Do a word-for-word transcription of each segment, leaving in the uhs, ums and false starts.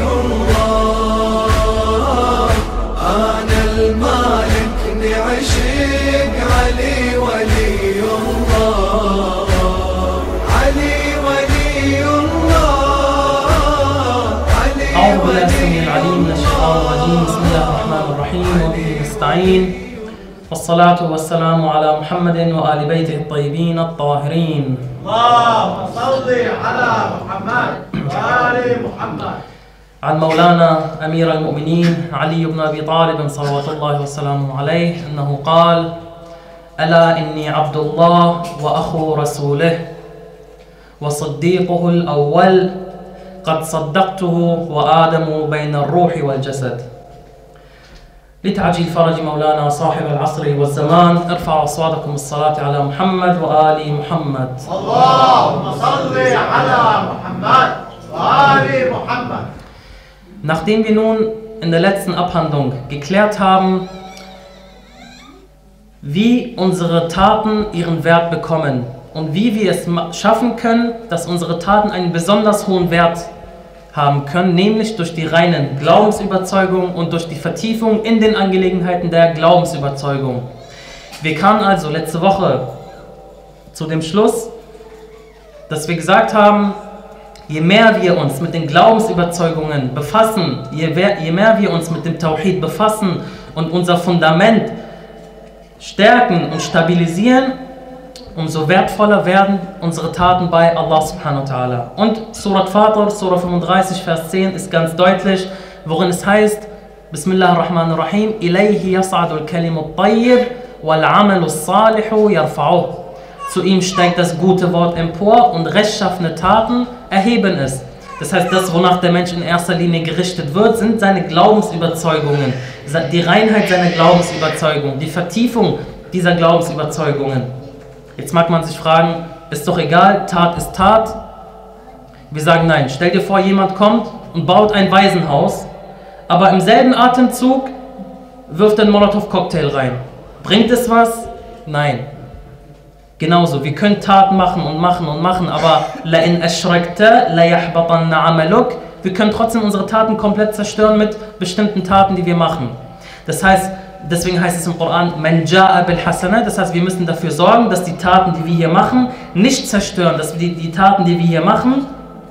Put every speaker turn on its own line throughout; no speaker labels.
الله أنا المالك نعشق علي ولي الله علي ولي الله علي
أعوذ بالله السميع العليم من الشيطان الرجيم. بسم الله الرحمن الرحيم وبه نستعين والصلاة والسلام على محمد وآل بيته الطيبين الطاهرين.
اللهم صل على محمد وآل محمد.
عن مولانا أمير المؤمنين علي بن أبي طالب صلوات الله وسلامه عليه أنه قال: ألا إني عبد الله وأخو رسوله وصديقه الأول قد صدقته وآدم بين الروح والجسد. لتعجيل فرج مولانا صاحب العصر والزمان ارفعوا أصواتكم الصلاة على محمد وآل محمد.
اللهم صل على محمد وآل محمد.
Nachdem wir nun in der letzten Abhandlung geklärt haben, wie unsere Taten ihren Wert bekommen und wie wir es schaffen können, dass unsere Taten einen besonders hohen Wert haben können, nämlich durch die reinen Glaubensüberzeugungen und durch die Vertiefung in den Angelegenheiten der Glaubensüberzeugung. Wir kamen also letzte Woche zu dem Schluss, dass wir gesagt haben, je mehr wir uns mit den Glaubensüberzeugungen befassen, je mehr, je mehr wir uns mit dem Tawhid befassen und unser Fundament stärken und stabilisieren, umso wertvoller werden unsere Taten bei Allah subhanahu wa ta'ala. Und Surat Fatir, Surah fünfunddreißig, Vers zehn ist ganz deutlich, worin es heißt: Bismillahirrahmanirrahim, Ilayhi yas'adul kalimut tayyib wal amalus salihu yarfa'uh. Zu ihm steigt das gute Wort empor und rechtschaffene Taten erheben es. Das heißt, das, wonach der Mensch in erster Linie gerichtet wird, sind seine Glaubensüberzeugungen, die Reinheit seiner Glaubensüberzeugungen, die Vertiefung dieser Glaubensüberzeugungen. Jetzt mag man sich fragen, ist doch egal, Tat ist Tat. Wir sagen nein. Stell dir vor, jemand kommt und baut ein Waisenhaus, aber im selben Atemzug wirft er einen Molotow-Cocktail rein. Bringt es was? Nein. Genauso, wir können Taten machen und machen und machen, aber la in ashrakta la yahbatanna amaluk. Wir können trotzdem unsere Taten komplett zerstören mit bestimmten Taten, die wir machen. Das heißt, deswegen heißt es im Koran, man ja'a bil hasana, das heißt, wir müssen dafür sorgen, dass die Taten, die wir hier machen, nicht zerstören, dass wir die, die Taten, die wir hier machen,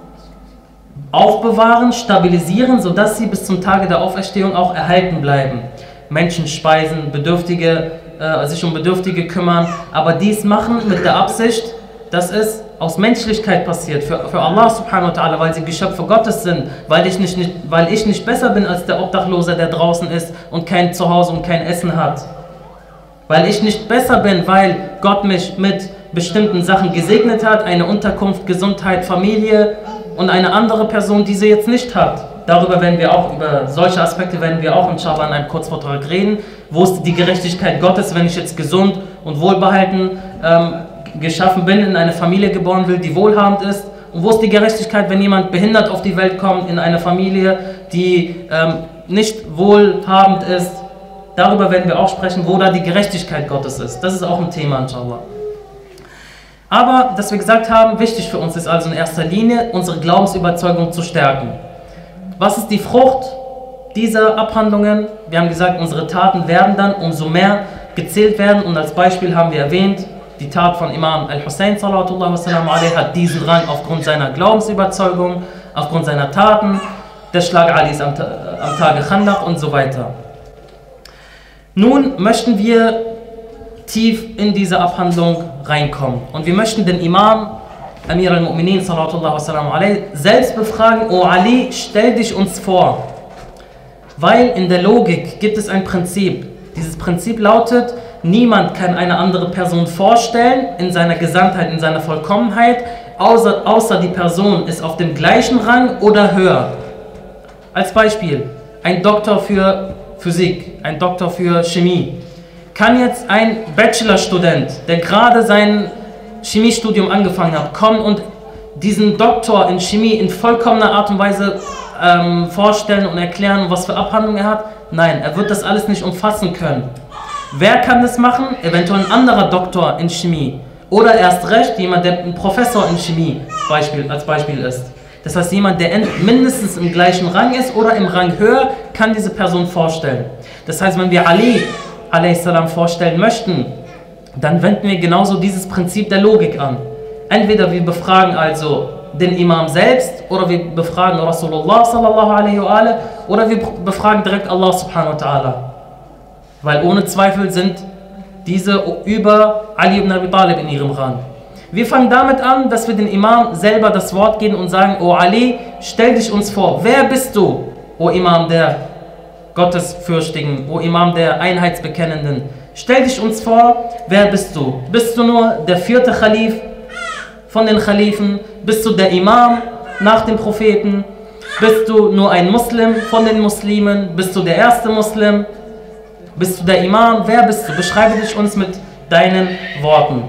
aufbewahren, stabilisieren, sodass sie bis zum Tage der Auferstehung auch erhalten bleiben. Menschen speisen, Bedürftige, äh, sich um Bedürftige kümmern, aber dies machen mit der Absicht, dass es aus Menschlichkeit passiert, für, für Allah subhanahu wa ta'ala, weil sie Geschöpfe Gottes sind, weil ich, nicht, nicht, weil ich nicht besser bin als der Obdachlose, der draußen ist und kein Zuhause und kein Essen hat. Weil ich nicht besser bin, weil Gott mich mit bestimmten Sachen gesegnet hat, eine Unterkunft, Gesundheit, Familie und eine andere Person, die sie jetzt nicht hat. Darüber werden wir auch, über solche Aspekte werden wir auch inshallah in einem Kurzvortrag reden. Wo ist die Gerechtigkeit Gottes, wenn ich jetzt gesund und wohlbehalten ähm, geschaffen bin, in eine Familie geboren will, die wohlhabend ist? Und wo ist die Gerechtigkeit, wenn jemand behindert auf die Welt kommt, in eine Familie, die ähm, nicht wohlhabend ist? Darüber werden wir auch sprechen, wo da die Gerechtigkeit Gottes ist. Das ist auch ein Thema, inshallah. Aber, dass wir gesagt haben, wichtig für uns ist also in erster Linie, unsere Glaubensüberzeugung zu stärken. Was ist die Frucht dieser Abhandlungen? Wir haben gesagt, unsere Taten werden dann umso mehr gezählt werden. Und als Beispiel haben wir erwähnt, die Tat von Imam al-Hussein sallallahu wasallam alaihi hat diesen Rang aufgrund seiner Glaubensüberzeugung, aufgrund seiner Taten, der Schlag Alis am, am Tage Khandaq und so weiter. Nun möchten wir tief in diese Abhandlung reinkommen. Und wir möchten den Imam Amir al-Mu'minin sallallahu wasallam alaihi selbst befragen: O Ali, stell dich uns vor. Weil in der Logik gibt es ein Prinzip. Dieses Prinzip lautet, niemand kann eine andere Person vorstellen in seiner Gesamtheit, in seiner Vollkommenheit, außer, außer die Person ist auf dem gleichen Rang oder höher. Als Beispiel, ein Doktor für Physik, ein Doktor für Chemie. Kann jetzt ein Bachelorstudent, der gerade sein Chemiestudium angefangen hat, kommen und diesen Doktor in Chemie in vollkommener Art und Weise ähm, vorstellen und erklären, was für Abhandlungen er hat? Nein, er wird das alles nicht umfassen können. Wer kann das machen? Eventuell ein anderer Doktor in Chemie. Oder erst recht jemand, der ein Professor in Chemie Beispiel, als Beispiel ist. Das heißt, jemand, der mindestens im gleichen Rang ist oder im Rang höher, kann diese Person vorstellen. Das heißt, wenn wir Ali a s. vorstellen möchten, dann wenden wir genauso dieses Prinzip der Logik an. Entweder wir befragen also den Imam selbst oder wir befragen Rasulullah sallallahu alaihi wa alaihi oder wir befragen direkt Allah subhanahu wa ta'ala. Weil ohne Zweifel sind diese über Ali ibn Abi Talib in ihrem Rang. Wir fangen damit an, dass wir den Imam selber das Wort geben und sagen: O Ali, stell dich uns vor, wer bist du, O Imam der Gottesfürchtigen, O Imam der Einheitsbekennenden? Stell dich uns vor, wer bist du? Bist du nur der vierte Khalif von den Khalifen? Bist du der Imam nach dem Propheten? Bist du nur ein Muslim von den Muslimen? Bist du der erste Muslim? Bist du der Imam? Wer bist du? Beschreibe dich uns mit deinen Worten.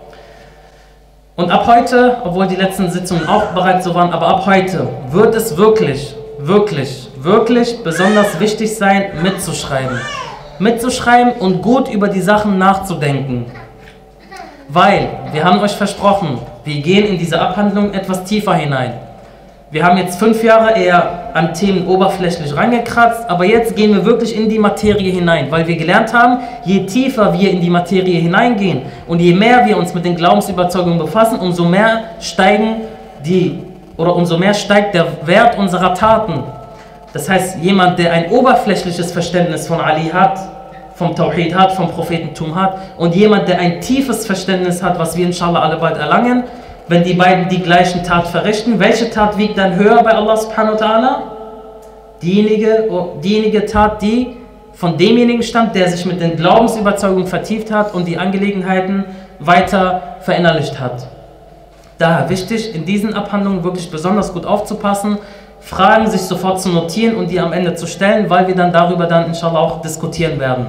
Und ab heute, obwohl die letzten Sitzungen auch bereits so waren, aber ab heute wird es wirklich, wirklich, wirklich besonders wichtig sein, mitzuschreiben. Mitzuschreiben und gut über die Sachen nachzudenken. Weil, wir haben euch versprochen, wir gehen in diese Abhandlung etwas tiefer hinein. Wir haben jetzt fünf Jahre eher an Themen oberflächlich reingekratzt, aber jetzt gehen wir wirklich in die Materie hinein, weil wir gelernt haben, je tiefer wir in die Materie hineingehen und je mehr wir uns mit den Glaubensüberzeugungen befassen, umso mehr steigen die, oder umso mehr steigt der Wert unserer Taten. Das heißt, jemand, der ein oberflächliches Verständnis von Ali hat, vom Tawhid hat, vom Prophetentum hat, und jemand, der ein tiefes Verständnis hat, was wir inshallah alle bald erlangen, wenn die beiden die gleichen Tat verrichten, welche Tat wiegt dann höher bei Allah subhanahu wa ta'ala? Diejenige, diejenige Tat, die von demjenigen stammt, der sich mit den Glaubensüberzeugungen vertieft hat und die Angelegenheiten weiter verinnerlicht hat. Daher wichtig, in diesen Abhandlungen wirklich besonders gut aufzupassen, Fragen sich sofort zu notieren und die am Ende zu stellen, weil wir dann darüber dann inshallah auch diskutieren werden.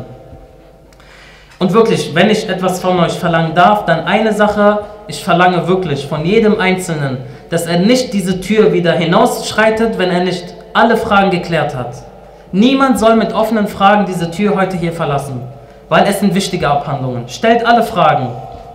Und wirklich, wenn ich etwas von euch verlangen darf, dann eine Sache: Ich verlange wirklich von jedem Einzelnen, dass er nicht diese Tür wieder hinausschreitet, wenn er nicht alle Fragen geklärt hat. Niemand soll mit offenen Fragen diese Tür heute hier verlassen, weil es sind wichtige Abhandlungen. Stellt alle Fragen.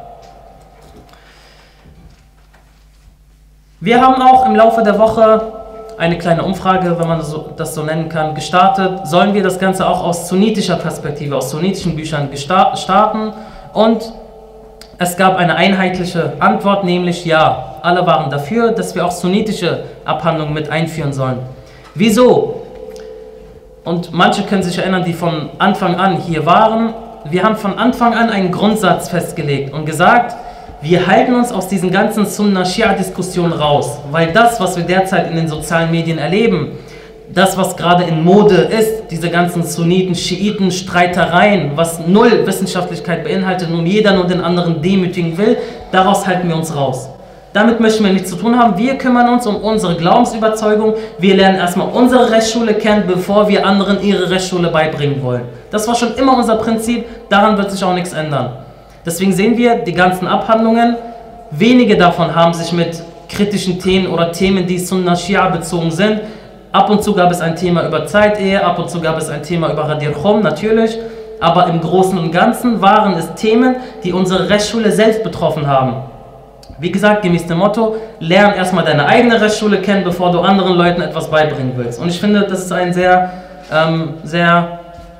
Wir haben auch im Laufe der Woche eine kleine Umfrage, wenn man das so nennen kann, gestartet. Sollen wir das Ganze auch aus sunnitischer Perspektive, aus sunnitischen Büchern starten? Und es gab eine einheitliche Antwort, nämlich ja. Alle waren dafür, dass wir auch sunnitische Abhandlungen mit einführen sollen. Wieso? Und manche können sich erinnern, die von Anfang an hier waren. Wir haben von Anfang an einen Grundsatz festgelegt und gesagt, wir halten uns aus diesen ganzen Sunna-Shia-Diskussionen raus, weil das, was wir derzeit in den sozialen Medien erleben, das, was gerade in Mode ist, diese ganzen Sunniten, Schiiten, Streitereien, was null Wissenschaftlichkeit beinhaltet und jeder nur den anderen demütigen will, daraus halten wir uns raus. Damit möchten wir nichts zu tun haben. Wir kümmern uns um unsere Glaubensüberzeugung. Wir lernen erstmal unsere Rechtsschule kennen, bevor wir anderen ihre Rechtsschule beibringen wollen. Das war schon immer unser Prinzip, daran wird sich auch nichts ändern. Deswegen sehen wir die ganzen Abhandlungen, wenige davon haben sich mit kritischen Themen oder Themen, die Sunna-Shia bezogen sind. Ab und zu gab es ein Thema über Zeitehe, ab und zu gab es ein Thema über Radir Khum, natürlich. Aber im Großen und Ganzen waren es Themen, die unsere Rechtsschule selbst betroffen haben. Wie gesagt, gemäß dem Motto, lern erstmal deine eigene Rechtsschule kennen, bevor du anderen Leuten etwas beibringen willst. Und ich finde, das ist ein sehr, ähm, sehr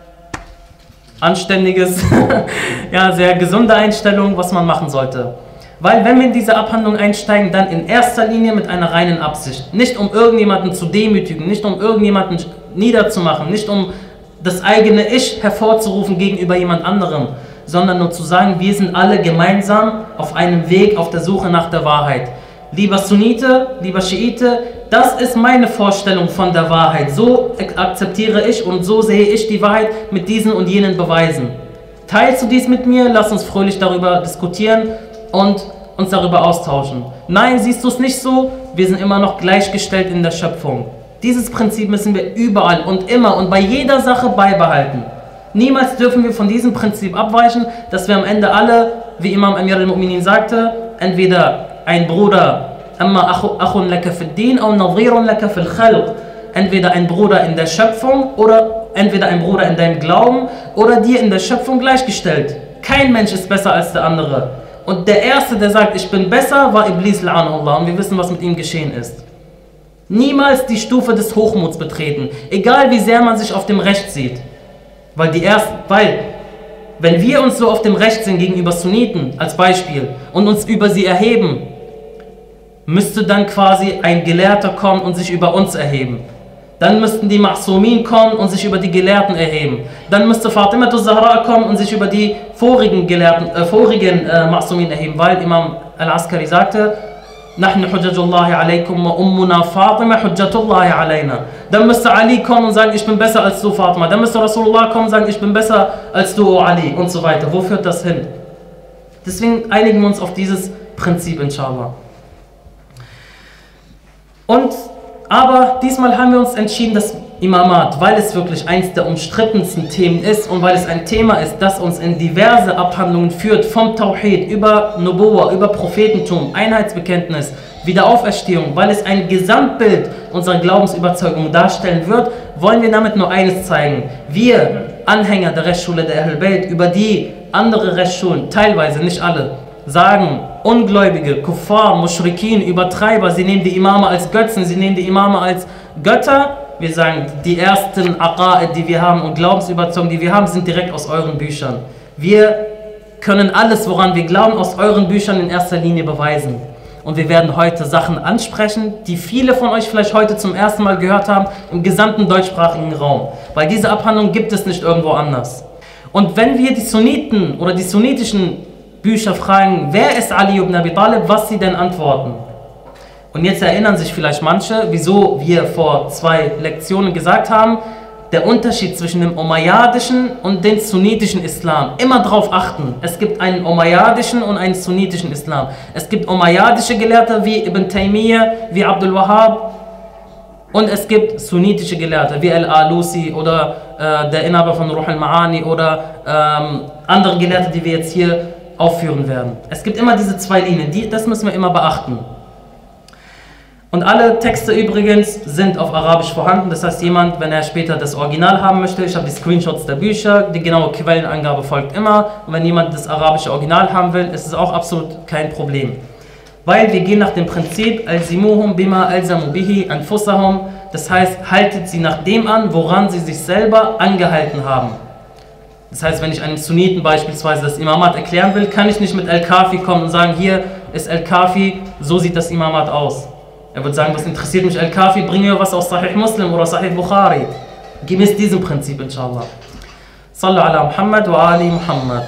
anständiges, ja, sehr gesunde Einstellung, was man machen sollte. Weil wenn wir in diese Abhandlung einsteigen, dann in erster Linie mit einer reinen Absicht. Nicht um irgendjemanden zu demütigen, nicht um irgendjemanden niederzumachen, nicht um das eigene Ich hervorzurufen gegenüber jemand anderem, sondern nur zu sagen, wir sind alle gemeinsam auf einem Weg, auf der Suche nach der Wahrheit. Lieber Sunnite, lieber Schiite, das ist meine Vorstellung von der Wahrheit. So akzeptiere ich und so sehe ich die Wahrheit mit diesen und jenen Beweisen. Teilst du dies mit mir? Lass uns fröhlich darüber diskutieren und uns darüber austauschen. Nein, siehst du es nicht so? Wir sind immer noch gleichgestellt in der Schöpfung. Dieses Prinzip müssen wir überall und immer und bei jeder Sache beibehalten. Niemals dürfen wir von diesem Prinzip abweichen, dass wir am Ende alle, wie Imam Amir al-Mu'minin sagte, entweder ein Bruder, entweder ein Bruder in der Schöpfung oder entweder ein Bruder in deinem Glauben oder dir in der Schöpfung gleichgestellt. Kein Mensch ist besser als der andere. Und der Erste, der sagt, ich bin besser, war Iblis, la'anahullah. Und wir wissen, was mit ihm geschehen ist. Niemals die Stufe des Hochmuts betreten, egal wie sehr man sich auf dem Recht sieht. Weil, die erst, weil wenn wir uns so auf dem Recht sind gegenüber Sunniten als Beispiel und uns über sie erheben, müsste dann quasi ein Gelehrter kommen und sich über uns erheben. Dann müssten die Ma'sumin kommen und sich über die Gelehrten erheben. Dann müsste Fatima al-Zahra kommen und sich über die vorigen Gelehrten, äh, vorigen äh, Ma'sumin erheben, weil Imam al-Askari sagte, Nahnu hujjatullahi alaykum wa ummuna Fatima hujjatullahi alayna. Dann müsste Ali kommen und sagen, ich bin besser als du, Fatima. Dann müsste Rasulullah kommen und sagen, ich bin besser als du, O Ali, und so weiter. Wo führt das hin? Deswegen einigen wir uns auf dieses Prinzip, inshallah. Und, aber diesmal haben wir uns entschieden, dass Imamat, weil es wirklich eins der umstrittensten Themen ist und weil es ein Thema ist, das uns in diverse Abhandlungen führt, vom Tawhid über Nubuwa, über Prophetentum, Einheitsbekenntnis, Wiederauferstehung, weil es ein Gesamtbild unserer Glaubensüberzeugung darstellen wird, wollen wir damit nur eines zeigen. Wir, Anhänger der Rechtsschule der Ahlul Bayt, über die andere Rechtsschulen, teilweise, nicht alle, sagen, Ungläubige, Kuffar, Mushrikin, Übertreiber, sie nehmen die Imame als Götzen, sie nehmen die Imame als Götter. Wir sagen, die ersten Aqa'id, die wir haben und Glaubensüberzeugungen, die wir haben, sind direkt aus euren Büchern. Wir können alles, woran wir glauben, aus euren Büchern in erster Linie beweisen. Und wir werden heute Sachen ansprechen, die viele von euch vielleicht heute zum ersten Mal gehört haben, im gesamten deutschsprachigen Raum. Weil diese Abhandlung gibt es nicht irgendwo anders. Und wenn wir die Sunniten oder die sunnitischen Bücher fragen, wer ist Ali ibn Abi Talib, was sie denn antworten. Und jetzt erinnern sich vielleicht manche, wieso wir vor zwei Lektionen gesagt haben, der Unterschied zwischen dem umayyadischen und dem sunnitischen Islam. Immer darauf achten, es gibt einen umayyadischen und einen sunnitischen Islam. Es gibt umayyadische Gelehrte wie Ibn Taymiyyah, wie Abdul Wahhab, und es gibt sunnitische Gelehrte wie Al-Alusi oder äh, der Inhaber von Ruh al-Ma'ani oder ähm, andere Gelehrte, die wir jetzt hier aufführen werden. Es gibt immer diese zwei Linien, die, das müssen wir immer beachten. Und alle Texte übrigens sind auf Arabisch vorhanden, das heißt jemand, wenn er später das Original haben möchte, ich habe die Screenshots der Bücher, die genaue Quellenangabe folgt immer, und wenn jemand das arabische Original haben will, ist es auch absolut kein Problem. Weil wir gehen nach dem Prinzip, Alzimuhum bima alzamu bihi anfusahum, das heißt, haltet sie nach dem an, woran sie sich selber angehalten haben. Das heißt, wenn ich einem Sunniten beispielsweise das Imamat erklären will, kann ich nicht mit Al-Kafi kommen und sagen, hier ist Al-Kafi, so sieht das Imamat aus. Er wird sagen, was interessiert mich Al-Kafi, bring mir was aus Sahih Muslim oder Sahih Bukhari. Gemäß diesem Prinzip, inshallah. Sallu ala Muhammad wa ali Muhammad.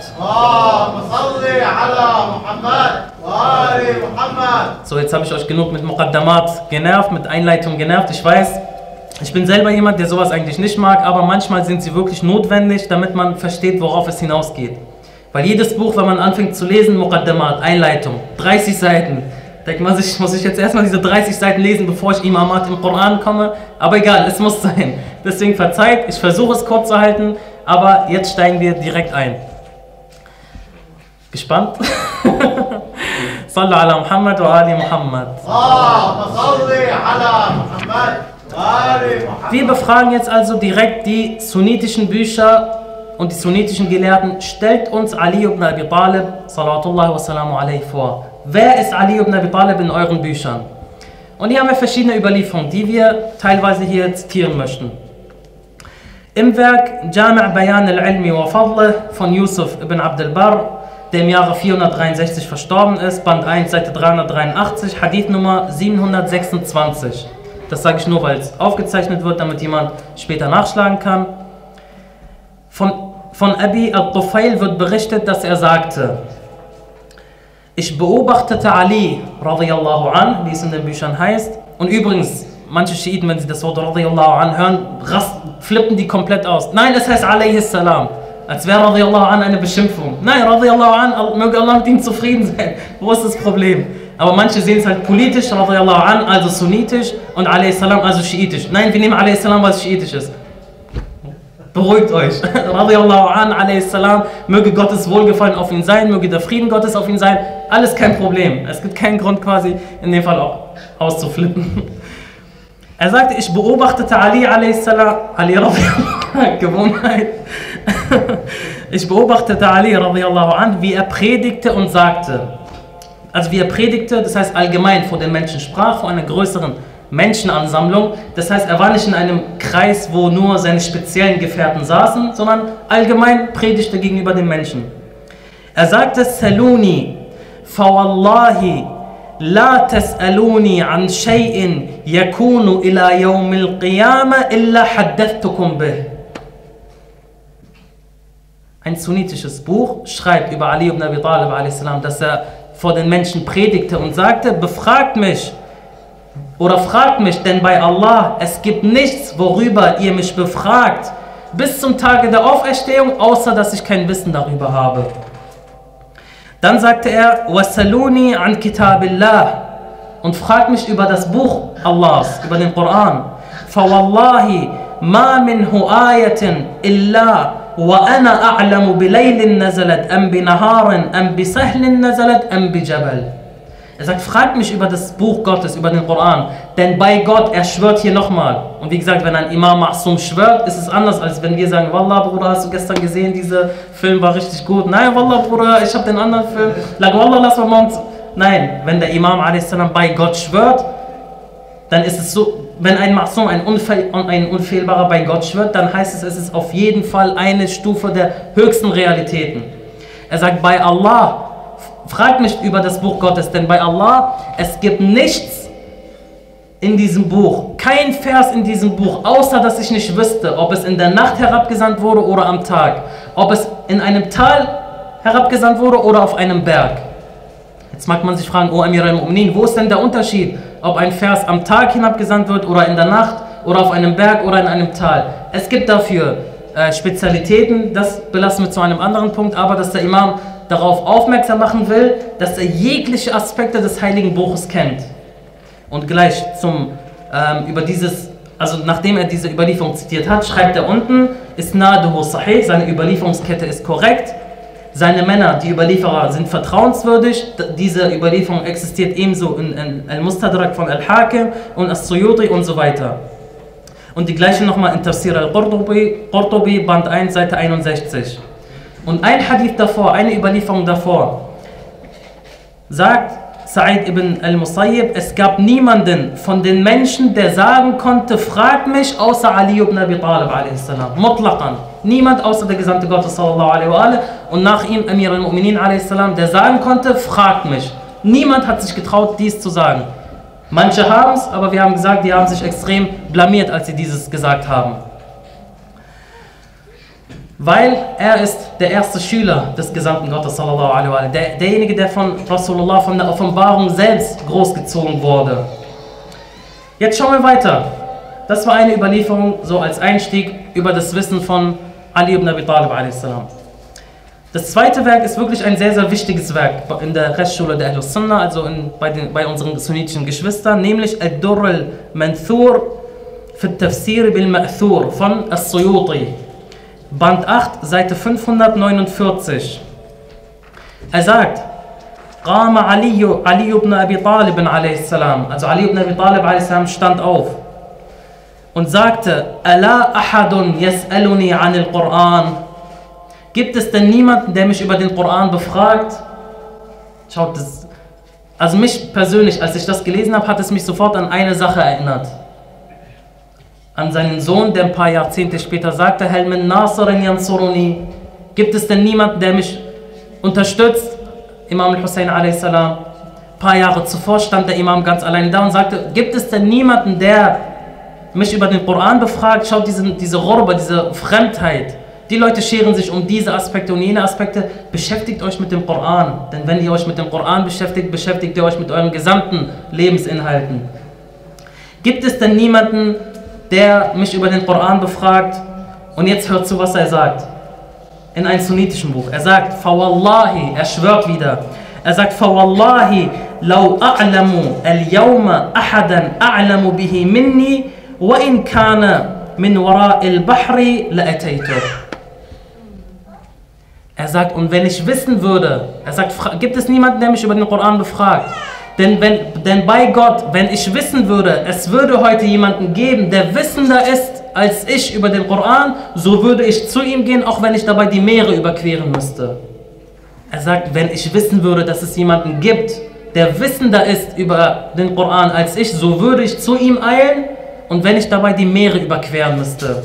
salli ala Muhammad wa ali Muhammad.
So, jetzt habe ich euch genug mit Muqaddamat genervt, mit Einleitung genervt. Ich weiß, ich bin selber jemand, der sowas eigentlich nicht mag, aber manchmal sind sie wirklich notwendig, damit man versteht, worauf es hinausgeht. Weil jedes Buch, wenn man anfängt zu lesen, Muqaddamat, Einleitung, dreißig Seiten, denkt man sich, muss ich jetzt erstmal diese dreißig Seiten lesen, bevor ich Imamat im Koran komme, aber egal, es muss sein. Deswegen verzeiht, ich versuche es kurz zu halten, aber jetzt steigen wir direkt ein. Gespannt? Sallu ala Muhammad wa ali Muhammad.
salli ala Muhammad.
Wir befragen jetzt also direkt die sunnitischen Bücher und die sunnitischen Gelehrten. Stellt uns Ali ibn Abi Talib, salawatullahi wa salamu alayhi, vor. Wer ist Ali ibn Abi Talib in euren Büchern? Und hier haben wir verschiedene Überlieferungen, die wir teilweise hier zitieren möchten. Im Werk Jami' Bayan al-Ilmi wa Fadlih von Yusuf ibn Abd al-Barr, der im Jahre vierhundertdreiundsechzig verstorben ist, Band eins, Seite dreihundertdreiundachtzig, Hadith Nummer siebenhundertsechsundzwanzig. Das sage ich nur, weil es aufgezeichnet wird, damit jemand später nachschlagen kann. Von, von Abi al-Tufail wird berichtet, dass er sagte, ich beobachtete Ali, radiyallahu an, wie es in den Büchern heißt. Und übrigens, manche Schiiten, wenn sie das Wort radiyallahu an hören, rast, flippen die komplett aus. Nein, das heißt alayhi salam. Als wäre radiyallahu an eine Beschimpfung. Nein, radiyallahu an, möge Allah mit ihm zufrieden sein. Wo ist das Problem? Aber manche sehen es halt politisch, radiyallahu an, also sunnitisch, und alayhi salam, also schiitisch. Nein, wir nehmen alayhi salam, weil es schiitisch ist. Beruhigt euch. Radiyallahu an, alayhi salam, möge Gottes Wohlgefallen auf ihn sein, möge der Frieden Gottes auf ihn sein. Alles kein Problem. Es gibt keinen Grund quasi, in dem Fall auch auszuflippen. Er sagte, ich beobachtete Ali alayhi salam, Ali radiyallahu, Gewohnheit. Ich beobachtete Ali radiyallahu an, wie er predigte und sagte. Also wie er predigte, das heißt allgemein vor den Menschen sprach, vor einer größeren Menschenansammlung. Das heißt, er war nicht in einem Kreis, wo nur seine speziellen Gefährten saßen, sondern allgemein predigte gegenüber den Menschen. Er sagte, Saluni, fawallahi, la tas'aluni an shay'in yakunu ila yawmil qiyamah illa haddathtukum bih. Ein sunnitisches Buch schreibt über Ali ibn Abi Talib, a s., dass er vor den Menschen predigte und sagte, befragt mich oder fragt mich, denn bei Allah, es gibt nichts, worüber ihr mich befragt, bis zum Tage der Auferstehung, außer dass ich kein Wissen darüber habe. Dann sagte er, wasaluni an kitabillah, und fragt mich über das Buch Allahs, über den Koran. Fawallahi ma minhu ayatin illa وَأَنَا أَعْلَمُ بِلَيْلٍ نَزَلَتْ أَمْ بِنَهَارٍ أَمْ بِسَهْلٍ نَزَلَتْ أَمْ بِجَبَلٍ. Er sagt, fragt mich über das Buch Gottes, über den Koran, denn bei Gott, er schwört hier nochmal. Und wie gesagt, wenn ein Imam Ma'sum schwört, ist es anders, als wenn wir sagen, Wallah Bruder, hast du gestern gesehen, dieser Film war richtig gut. Nein, Wallah Bruder, ich habe den anderen Film. Lag Wallah, lass mal morgens. Nein, wenn der Imam a s. bei Gott schwört, dann ist es so, wenn ein Ma'sum, ein, Unfehl, ein Unfehlbarer bei Gott schwört, dann heißt es, es ist auf jeden Fall eine Stufe der höchsten Realitäten. Er sagt, bei Allah, fragt nicht über das Buch Gottes, denn bei Allah, es gibt nichts in diesem Buch, kein Vers in diesem Buch, außer dass ich nicht wüsste, ob es in der Nacht herabgesandt wurde oder am Tag, ob es in einem Tal herabgesandt wurde oder auf einem Berg. Jetzt mag man sich fragen, oh Amir al-Mu'minin, wo ist denn der Unterschied, ob ein Vers am Tag hinabgesandt wird oder in der Nacht oder auf einem Berg oder in einem Tal? Es gibt dafür äh, Spezialitäten, das belassen wir zu einem anderen Punkt, aber dass der Imam darauf aufmerksam machen will, dass er jegliche Aspekte des Heiligen Buches kennt. Und gleich zum, ähm, über dieses, also nachdem er diese Überlieferung zitiert hat, schreibt er unten, Isnaduhu sahih, seine Überlieferungskette ist korrekt. Seine Männer, die Überlieferer, sind vertrauenswürdig. Diese Überlieferung existiert ebenso in, in Al-Mustadrak von Al-Hakim und As-Suyuti und so weiter. Und die gleiche nochmal in Tafsir Al-Qurtubi, Qurtubi, Band eins, Seite einundsechzig. Und ein Hadith davor, eine Überlieferung davor, sagt Sa'id ibn al-Musayyib, es gab niemanden von den Menschen, der sagen konnte, frag mich, außer Ali ibn Abi Talib a s. Mutlaqan. Niemand außer der Gesandte Gottes sallallahu alaihi wa sallam und nach ihm Amir al-Mu'minin a s., der sagen konnte, fragt mich. Niemand hat sich getraut, dies zu sagen. Manche haben es, aber wir haben gesagt, die haben sich extrem blamiert, als sie dieses gesagt haben. Weil er ist der erste Schüler des Gesandten Gottes sallallahu alaihi wa sallam, der, derjenige, der von Rasulullah, von der Offenbarung selbst großgezogen wurde. Jetzt schauen wir weiter. Das war eine Überlieferung, so als Einstieg über das Wissen von Ali ibn Abi Talib a s. Das zweite Werk ist wirklich ein sehr, sehr wichtiges Werk in der Rechtsschule der Ahlus Sunnah, also in, bei, den, bei unseren sunnitischen Geschwistern, nämlich Ad-Durr al-Manthur fi Tafsir bil-Ma'thur von As-Suyuti. Band acht, Seite fünfhundertneunundvierzig. Er sagt, Qama Ali, Ali ibn Abi Talib a s. Also Ali ibn Abi Talib a s. stand auf und sagte, Ala ahadun yas'aluni anil Qur'an. Gibt es denn niemanden, der mich über den Koran befragt? Schaut, das, also mich persönlich, als ich das gelesen habe, hat es mich sofort an eine Sache erinnert. An seinen Sohn, der ein paar Jahrzehnte später sagte, Hal min nasirin yansuruni. Gibt es denn niemanden, der mich unterstützt? Imam al-Hussein a s. Ein paar Jahre zuvor stand der Imam ganz alleine da und sagte, gibt es denn niemanden, der mich über den Koran befragt? Schaut, diese, diese Ghurba, diese Fremdheit. Die Leute scheren sich um diese Aspekte und jene Aspekte. Beschäftigt euch mit dem Koran. Denn wenn ihr euch mit dem Koran beschäftigt, beschäftigt ihr euch mit euren gesamten Lebensinhalten. Gibt es denn niemanden, der mich über den Koran befragt? Und jetzt hört zu, was er sagt. In einem sunnitischen Buch. Er sagt, Fawallahi, er schwört wieder. Er sagt, Fawallahi, law a'lamu al-yawma ahadan a'lamu bihi minni, wa in kana min wara'il bahri la'ataytuh. Er sagt, und wenn ich wissen würde, er sagt, gibt es niemanden, der mich über den Koran befragt? Denn, wenn, denn bei Gott, wenn ich wissen würde, es würde heute jemanden geben, der wissender ist als ich über den Koran, so würde ich zu ihm gehen, auch wenn ich dabei die Meere überqueren müsste. Er sagt, wenn ich wissen würde, dass es jemanden gibt, der wissender ist über den Koran als ich, so würde ich zu ihm eilen und wenn ich dabei die Meere überqueren müsste.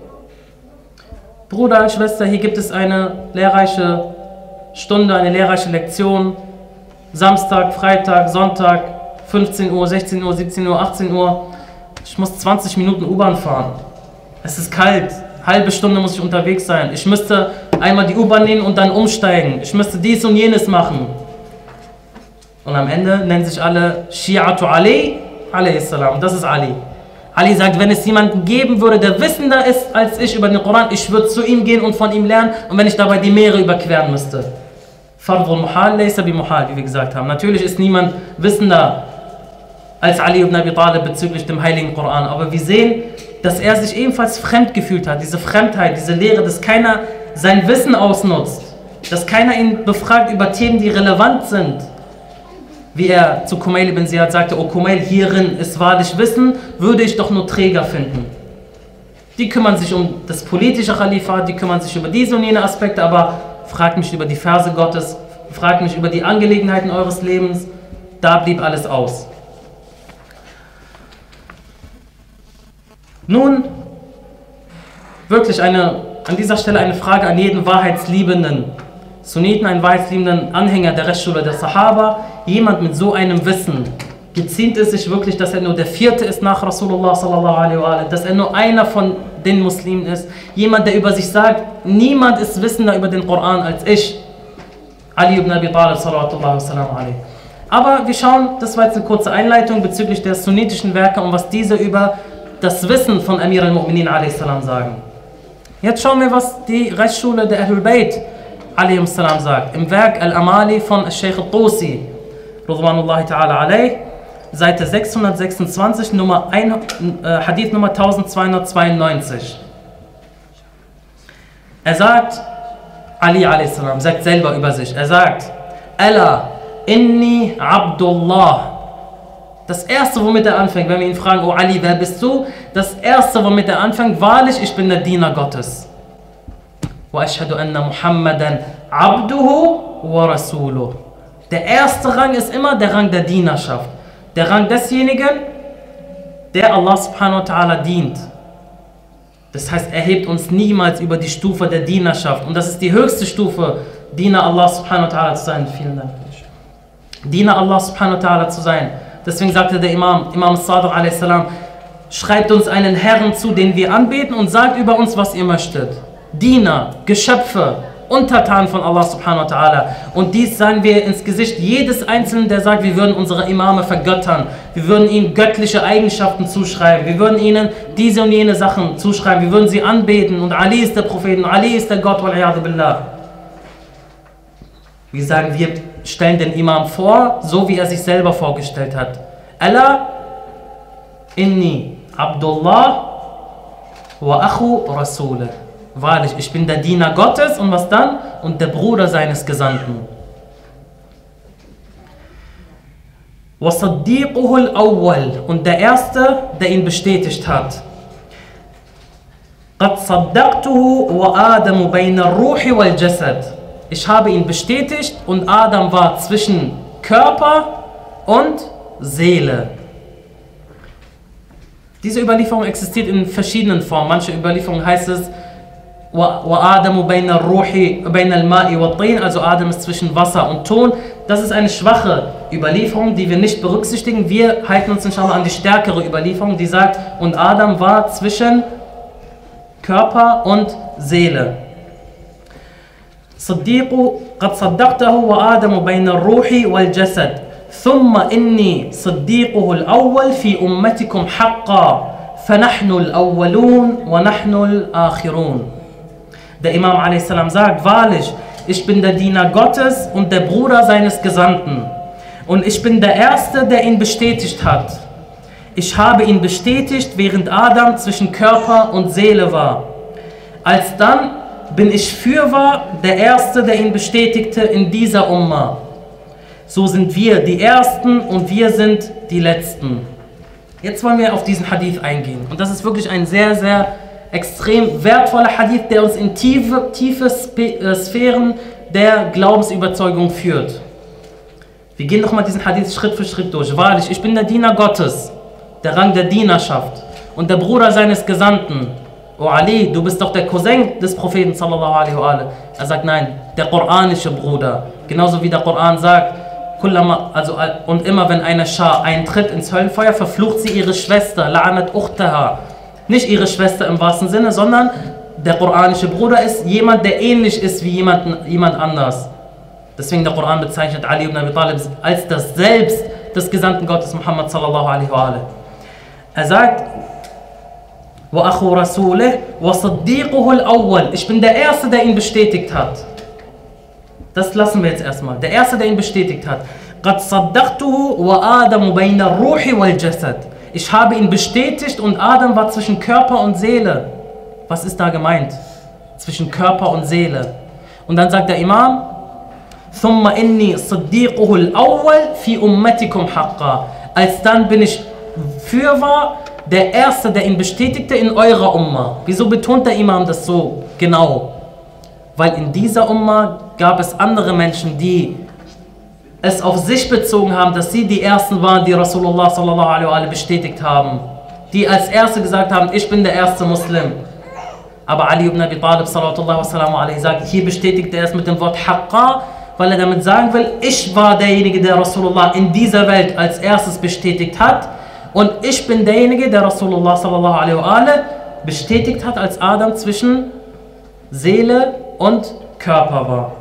Bruder, Schwester, hier gibt es eine lehrreiche Stunde, eine lehrreiche Lektion. Samstag, Freitag, Sonntag, fünfzehn Uhr, sechzehn Uhr, siebzehn Uhr, achtzehn Uhr. Ich muss zwanzig Minuten U-Bahn fahren. Es ist kalt, halbe Stunde muss ich unterwegs sein. Ich müsste einmal die U-Bahn nehmen und dann umsteigen. Ich müsste dies und jenes machen. Und am Ende nennen sich alle Shi'atu Ali, alayhis salam. Das ist Ali. Ali sagt, wenn es jemanden geben würde, der wissender ist als ich über den Koran, ich würde zu ihm gehen und von ihm lernen und wenn ich dabei die Meere überqueren müsste. Fardul Muhal, laysa bi Muhal, wie wir gesagt haben. Natürlich ist niemand wissender als Ali ibn Abi Talib bezüglich dem heiligen Koran, aber wir sehen, dass er sich ebenfalls fremd gefühlt hat, diese Fremdheit, diese Lehre, dass keiner sein Wissen ausnutzt, dass keiner ihn befragt über Themen, die relevant sind. Wie er zu Kumail ibn Ziyad sagte, O Kumail, hierin ist wahrlich Wissen, würde ich doch nur Träger finden. Die kümmern sich um das politische Khalifat, die kümmern sich über diese und jene Aspekte, aber fragt mich über die Verse Gottes, fragt mich über die Angelegenheiten eures Lebens, da blieb alles aus. Nun, wirklich eine, an dieser Stelle eine Frage an jeden wahrheitsliebenden Sunniten, einen wahrheitsliebenden Anhänger der Rechtsschule der Sahaba. Jemand mit so einem Wissen, geziemt es sich wirklich, dass er nur der Vierte ist nach Rasulullah sallallahu alaihi wa sallam, dass er nur einer von den Muslimen ist. Jemand, der über sich sagt, niemand ist wissender über den Koran als ich. Ali ibn Abi Talib sallallahu alaihi wa sallam. Aber wir schauen, das war jetzt eine kurze Einleitung bezüglich der sunnitischen Werke und was diese über das Wissen von Amir al-Mu'minin alaihi salam sagen. Jetzt schauen wir, was die Rechtsschule der Ahlul Bayt alaihi salam sagt. Im Werk Al-Amali von Sheikh al-Tusi, Ridwanullahi ta'ala alayh, Seite sechshundertsechsundzwanzig, Nummer ein, äh, Hadith Nummer zwölfhundertzweiundneunzig. Er sagt, Ali alaihi salam sagt selber über sich, er sagt, Alla inni Abdullah. Das erste, womit er anfängt, wenn wir ihn fragen, oh Ali, wer bist du? Das erste, womit er anfängt, wahrlich, ich bin der Diener Gottes. Wa ashhadu anna Muhammadan abduhu wa rasuluh. Der erste Rang ist immer der Rang der Dienerschaft. Der Rang desjenigen, der Allah subhanahu wa ta'ala dient. Das heißt, er hebt uns niemals über die Stufe der Dienerschaft. Und das ist die höchste Stufe, Diener Allah subhanahu wa ta'ala zu sein. Vielen Dank. Diener Allah subhanahu wa ta'ala zu sein. Deswegen sagte der Imam, Imam Sadiq alaihi salam, schreibt uns einen Herrn zu, den wir anbeten und sagt über uns, was ihr möchtet. Diener, Geschöpfe, Untertan von Allah subhanahu wa ta'ala. Und dies sagen wir ins Gesicht jedes Einzelnen, der sagt, wir würden unsere Imame vergöttern. Wir würden ihnen göttliche Eigenschaften zuschreiben. Wir würden ihnen diese und jene Sachen zuschreiben. Wir würden sie anbeten. Und Ali ist der Prophet und Ali ist der Gott. Wal-'iyadu billah. Wir sagen, wir stellen den Imam vor, so wie er sich selber vorgestellt hat. Alla inni Abdullah wa akhu Rasulih. Wahrlich, ich bin der Diener Gottes und was dann? Und der Bruder seines Gesandten. وَصَدِّيقُهُ الْأَوَّلِ. Und der Erste, der ihn bestätigt hat. قَدْ صَدَّقْتُهُ وَآدَمُ بَيْنَ الرُّوحِ وَالْجَسَدِ. Ich habe ihn bestätigt und Adam war zwischen Körper und Seele. Diese Überlieferung existiert in verschiedenen Formen. Manche Überlieferungen heißt es, وَآدَمُ بَيْنَ الرُّوحِ بَيْنَ الْمَاءِ وَالطِّينِ. Also Adam ist zwischen Wasser und Ton. Das ist eine schwache Überlieferung, die wir nicht berücksichtigen. Wir halten uns inshallah an die stärkere Überlieferung, die sagt, und Adam war zwischen Körper und Seele. صديق قد صدقته وآدم بين الروح والجسد ثم إني صديقه الأول في أمتكم حقا فنحن الأولون ونحن الآخرون. Der Imam alaihi salam sagt, wahrlich, ich bin der Diener Gottes und der Bruder seines Gesandten. Und ich bin der Erste, der ihn bestätigt hat. Ich habe ihn bestätigt, während Adam zwischen Körper und Seele war. Alsdann bin ich fürwahr der Erste, der ihn bestätigte in dieser Umma. So sind wir die Ersten und wir sind die Letzten. Jetzt wollen wir auf diesen Hadith eingehen. Und das ist wirklich ein sehr, sehr extrem wertvoller Hadith, der uns in tiefe, tiefe Sphären der Glaubensüberzeugung führt. Wir gehen nochmal diesen Hadith Schritt für Schritt durch. Wahrlich, ich bin der Diener Gottes, der Rang der Dienerschaft und der Bruder seines Gesandten. O Ali, du bist doch der Cousin des Propheten sallallahu alaihi wa sallam. Er sagt, nein, der koranische Bruder. Genauso wie der Koran sagt, also, und immer wenn eine Schar eintritt ins Höllenfeuer, verflucht sie ihre Schwester, la'anat ukhtaha. Nicht ihre Schwester im wahrsten Sinne, sondern der koranische Bruder ist jemand, der ähnlich ist wie jemand, jemand anders. Deswegen der Koran bezeichnet Ali ibn Abi Talib als das Selbst des Gesandten Gottes Muhammad sallallahu alaihi wa sallam. Er sagt, وَأَخُو رَسُولِهِ وَصَدِّيقُهُ الْأَوَّلِ. Ich bin der Erste, der ihn bestätigt hat. Das lassen wir jetzt erstmal. Der Erste, der ihn bestätigt hat. قَدْ صَدَّقْتُهُ وَآدَمُ بَيْنَ الرُّوحِ وَالْجَسَدِ. Ich habe ihn bestätigt und Adam war zwischen Körper und Seele. Was ist da gemeint? Zwischen Körper und Seele. Und dann sagt der Imam, ثُمَّ إِنِّي صَدِّيقُهُ الْأَوَّلِ فِي أُمَّتِكُمْ حَقًّا. Alsdann bin ich fürwahr der Erste, der ihn bestätigte in eurer Umma. Wieso betont der Imam das so genau? Weil in dieser Umma gab es andere Menschen, die es auf sich bezogen haben, dass sie die Ersten waren, die Rasulullah sallallahu alaihi wa sallam bestätigt haben. Die als Erste gesagt haben, ich bin der erste Muslim. Aber Ali ibn Abi Talib sallallahu alaihi wa sallam sagt, hier bestätigt er es mit dem Wort Haqqa, weil er damit sagen will, ich war derjenige, der Rasulullah in dieser Welt als erstes bestätigt hat. Und ich bin derjenige, der Rasulullah sallallahu alaihi wa sallam bestätigt hat, als Adam zwischen Seele und Körper war.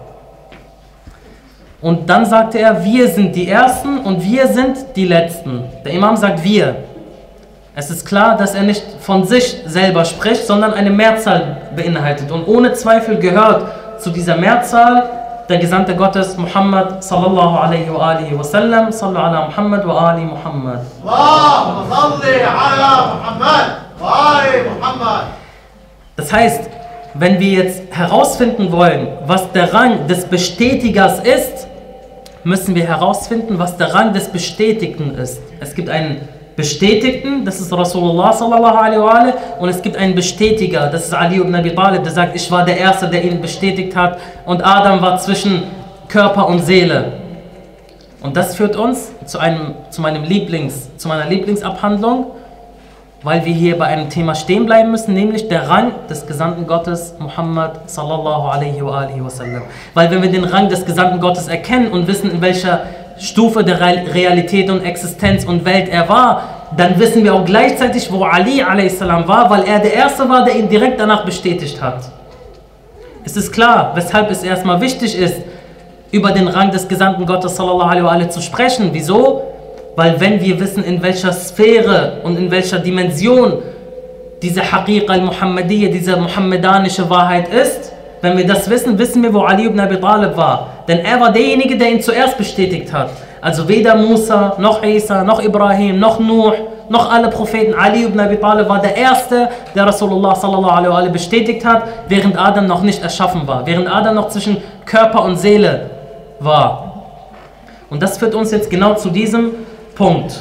Und dann sagte er, wir sind die Ersten und wir sind die Letzten. Der Imam sagt wir. Es ist klar, dass er nicht von sich selber spricht, sondern eine Mehrzahl beinhaltet. Und ohne Zweifel gehört zu dieser Mehrzahl der Gesandte Gottes Muhammad sallallahu alaihi wa alihi wa sallam. Sallu ala Muhammad wa ali Muhammad.
Allahumma salli ala Muhammad wa ali Muhammad. Das
heißt, wenn wir jetzt herausfinden wollen, was der Rang des Bestätigers ist, müssen wir herausfinden, was der Rang des Bestätigten ist. Es gibt einen Bestätigten, das ist Rasulullah sallallahu alaihi wa sallam, und es gibt einen Bestätiger, das ist Ali ibn Abi Talib, der sagt, ich war der Erste, der ihn bestätigt hat, und Adam war zwischen Körper und Seele. Und das führt uns zu, einem, zu, meinem Lieblings, zu meiner Lieblingsabhandlung, weil wir hier bei einem Thema stehen bleiben müssen, nämlich der Rang des Gesandten Gottes Muhammad sallallahu alaihi wa alihi wa sallam. Weil wenn wir den Rang des Gesandten Gottes erkennen und wissen, in welcher Stufe der Realität und Existenz und Welt er war, dann wissen wir auch gleichzeitig, wo Ali a.s. war, weil er der Erste war, der ihn direkt danach bestätigt hat. Es ist klar, weshalb es erstmal wichtig ist, über den Rang des Gesandten Gottes sallallahu alaihi wa sallam zu sprechen. Wieso? Weil wenn wir wissen, in welcher Sphäre und in welcher Dimension diese Haqiqa al-Muhammadiyya, diese muhammedanische Wahrheit ist, wenn wir das wissen, wissen wir, wo Ali ibn Abi Talib war. Denn er war derjenige, der ihn zuerst bestätigt hat. Also weder Musa, noch Isa, noch Ibrahim, noch Nuh, noch alle Propheten. Ali ibn Abi Talib war der Erste, der Rasulullah sallallahu alaihi wa sallam bestätigt hat, während Adam noch nicht erschaffen war. Während Adam noch zwischen Körper und Seele war. Und das führt uns jetzt genau zu diesem Punkt.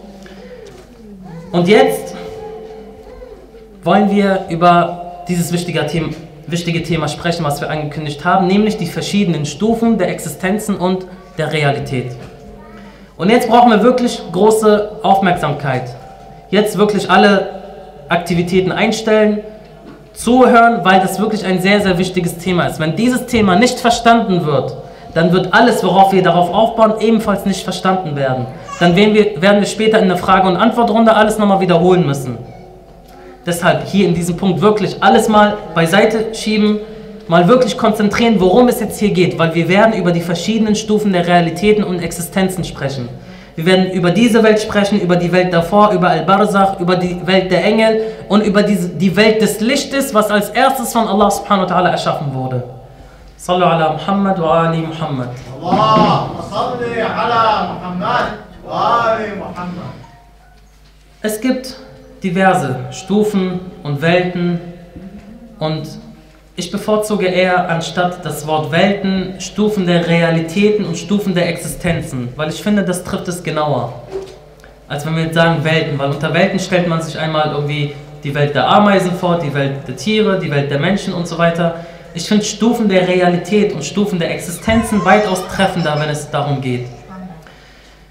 Und jetzt wollen wir über dieses wichtige Thema wichtige Thema sprechen, was wir angekündigt haben, nämlich die verschiedenen Stufen der Existenzen und der Realität. Und jetzt brauchen wir wirklich große Aufmerksamkeit. Jetzt wirklich alle Aktivitäten einstellen, zuhören, weil das wirklich ein sehr, sehr wichtiges Thema ist. Wenn dieses Thema nicht verstanden wird, dann wird alles, worauf wir darauf aufbauen, ebenfalls nicht verstanden werden. Dann werden wir, werden wir später in der Frage- und Antwortrunde alles nochmal wiederholen müssen. Deshalb hier in diesem Punkt wirklich alles mal beiseite schieben, mal wirklich konzentrieren, worum es jetzt hier geht, weil wir werden über die verschiedenen Stufen der Realitäten und Existenzen sprechen. Wir werden über diese Welt sprechen, über die Welt davor, über Al-Barzakh, über die Welt der Engel und über diese, die Welt des Lichtes, was als erstes von Allah subhanahu wa ta'ala erschaffen wurde. Sallu ala Muhammad wa ali Muhammad.
Allahumma salli ala Muhammad wa ali Muhammad.
Es gibt diverse Stufen und Welten und ich bevorzuge eher anstatt das Wort Welten Stufen der Realitäten und Stufen der Existenzen, weil ich finde, das trifft es genauer, als wenn wir jetzt sagen Welten, weil unter Welten stellt man sich einmal irgendwie die Welt der Ameisen vor, die Welt der Tiere, die Welt der Menschen und so weiter. Ich finde Stufen der Realität und Stufen der Existenzen weitaus treffender, wenn es darum geht.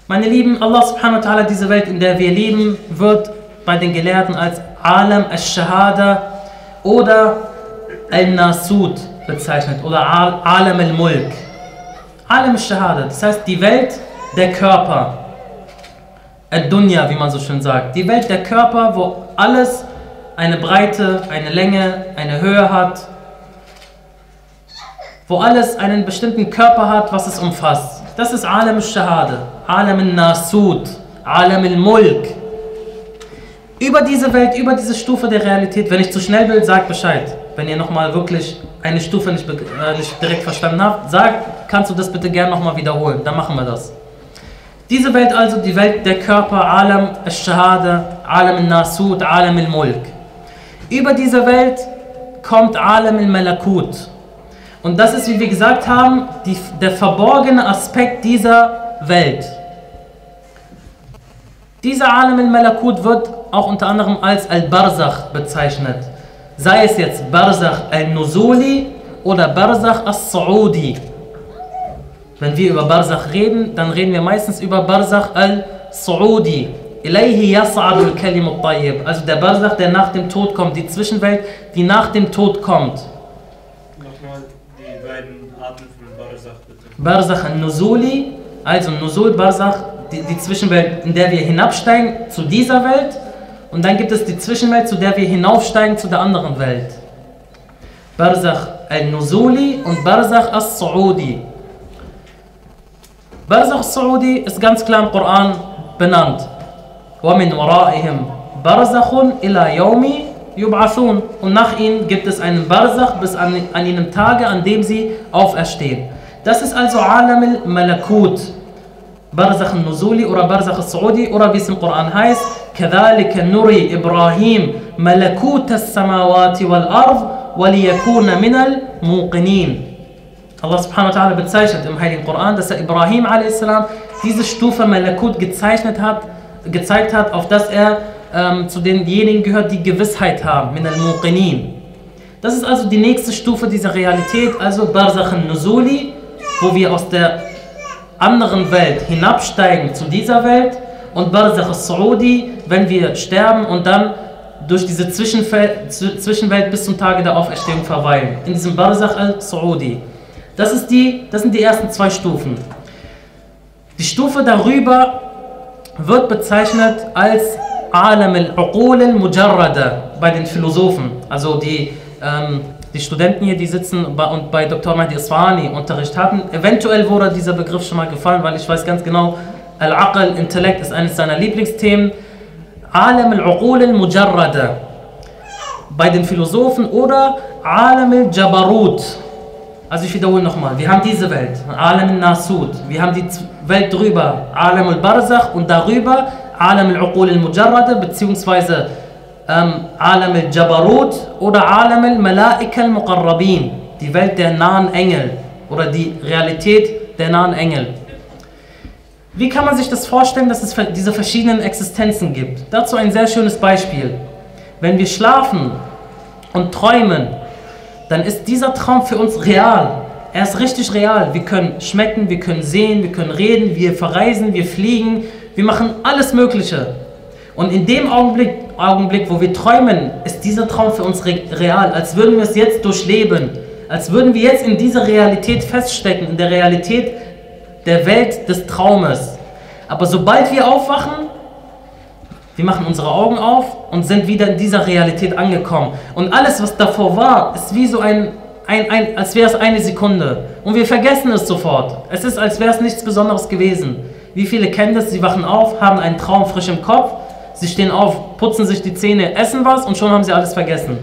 Meine Lieben, Allah subhanahu wa ta'ala, diese Welt, in der wir leben, wird bei den Gelehrten als Alam al-Shahada oder al-Nasud bezeichnet oder Alam al-Mulk. Alam al-Shahada, das heißt die Welt der Körper. Ad-Dunya, wie man so schön sagt. Die Welt der Körper, wo alles eine Breite, eine Länge, eine Höhe hat. Wo alles einen bestimmten Körper hat, was es umfasst. Das ist Alam al-Shahada, Alam al-Nasud, Alam al-Mulk. Über diese Welt, über diese Stufe der Realität, wenn ich zu schnell will, sagt Bescheid. Wenn ihr nochmal wirklich eine Stufe nicht, äh, nicht direkt verstanden habt, sagt, kannst du das bitte gerne nochmal wiederholen, dann machen wir das. Diese Welt also, die Welt der Körper, Alam al-Shahada, Alam al-Nasud, Alam al-Mulk. Über diese Welt kommt Alam al-Malakut. Und das ist, wie wir gesagt haben, die, der verborgene Aspekt dieser Welt. Dieser Alam al-Malakut wird auch unter anderem als Al-Barzakh bezeichnet. Sei es jetzt Barzakh al-Nuzuli oder Barzakh al-Saudi. Wenn wir über Barzakh reden, dann reden wir meistens über Barzakh al-Saudi. Ilayhi yas'adu al-Kalim al-Tayyib. Also der Barzakh, der nach dem Tod kommt, die Zwischenwelt, die nach dem Tod kommt.
Nochmal die beiden Arten von Barzakh bitte.
Barzakh al-Nuzuli, also Nuzul Barzakh, die, die Zwischenwelt, in der wir hinabsteigen zu dieser Welt. Und dann gibt es die Zwischenwelt, zu der wir hinaufsteigen zu der anderen Welt. Barzakh al-Nuzuli und Barzakh al-Saudi. Barzakh al-Saudi ist ganz klar im Koran benannt. وَمِنْ وَرَائِهِمْ بَرْزَخٌ إِلَى يَوْمِ يُبْعَثُونَ. Und nach ihnen gibt es einen Barzakh bis an, an jenem Tage, an dem sie auferstehen. Das ist also Alam al-Malakut. Barzakh al-Nuzuli oder Barzakh al-Saudi oder wie es im Koran heißt, كَذَلِكَ نُرِي إِبْرَاهِيمَ مَلَكُوتَ السَّمَاوَاتِ وَالْأَرْضِ وَلِيَكُونَ مِنَ الْمُوقِنِينَ. Allah subhanahu wa ta'ala bezeichnet im Heiligen Koran, dass er Ibrahim a s. diese Stufe Malakut gezeichnet hat, gezeigt hat, auf dass er ähm, zu denjenigen gehört, die Gewissheit haben, min al-Muqinin. Das ist also die nächste Stufe dieser Realität, also Barzakh al-Nuzuli, wo wir aus der anderen Welt hinabsteigen zu dieser Welt, und Barzakh al-Saudi, wenn wir sterben und dann durch diese Zwischenwelt bis zum Tage der Auferstehung verweilen. In diesem Barzakh al-Saudi. Das, ist die, das sind die ersten zwei Stufen. Die Stufe darüber wird bezeichnet als Alam al-Uqul al-Mujarrada bei den Philosophen. Also die, ähm, die Studenten hier, die sitzen bei, und bei Doktor Mahdi Isfahani Unterricht hatten. Eventuell wurde dieser Begriff schon mal gefallen, weil ich weiß ganz genau, Al-Aql, Intellekt, ist eines seiner Lieblingsthemen. Alam al-Uqul al-Mujarrada bei den Philosophen oder Alam al-Jabarut. Also ich wiederhole nochmal, wir haben diese Welt, Alam al-Nasud, wir haben die Welt drüber, Alam al-Barzakh, und darüber Alam al-Uqul al-Mujarrada beziehungsweise ähm, Alam al-Jabarut oder Alam al-Malaika al-Muqarrabin, die Welt der nahen Engel oder die Realität der nahen Engel. Wie kann man sich das vorstellen, dass es diese verschiedenen Existenzen gibt? Dazu ein sehr schönes Beispiel. Wenn wir schlafen und träumen, dann ist dieser Traum für uns real. Er ist richtig real. Wir können schmecken, wir können sehen, wir können reden, wir verreisen, wir fliegen, wir machen alles Mögliche. Und in dem Augenblick, Augenblick, wo wir träumen, ist dieser Traum für uns real, als würden wir es jetzt durchleben, als würden wir jetzt in dieser Realität feststecken, in der Realität der Welt des Traumes. Aber sobald wir aufwachen, wir machen unsere Augen auf und sind wieder in dieser Realität angekommen. Und alles, was davor war, ist wie so ein, ein, ein als wäre es eine Sekunde. Und wir vergessen es sofort. Es ist, als wäre es nichts Besonderes gewesen. Wie viele kennen das? Sie wachen auf, haben einen Traum frisch im Kopf, sie stehen auf, putzen sich die Zähne, essen was und schon haben sie alles vergessen.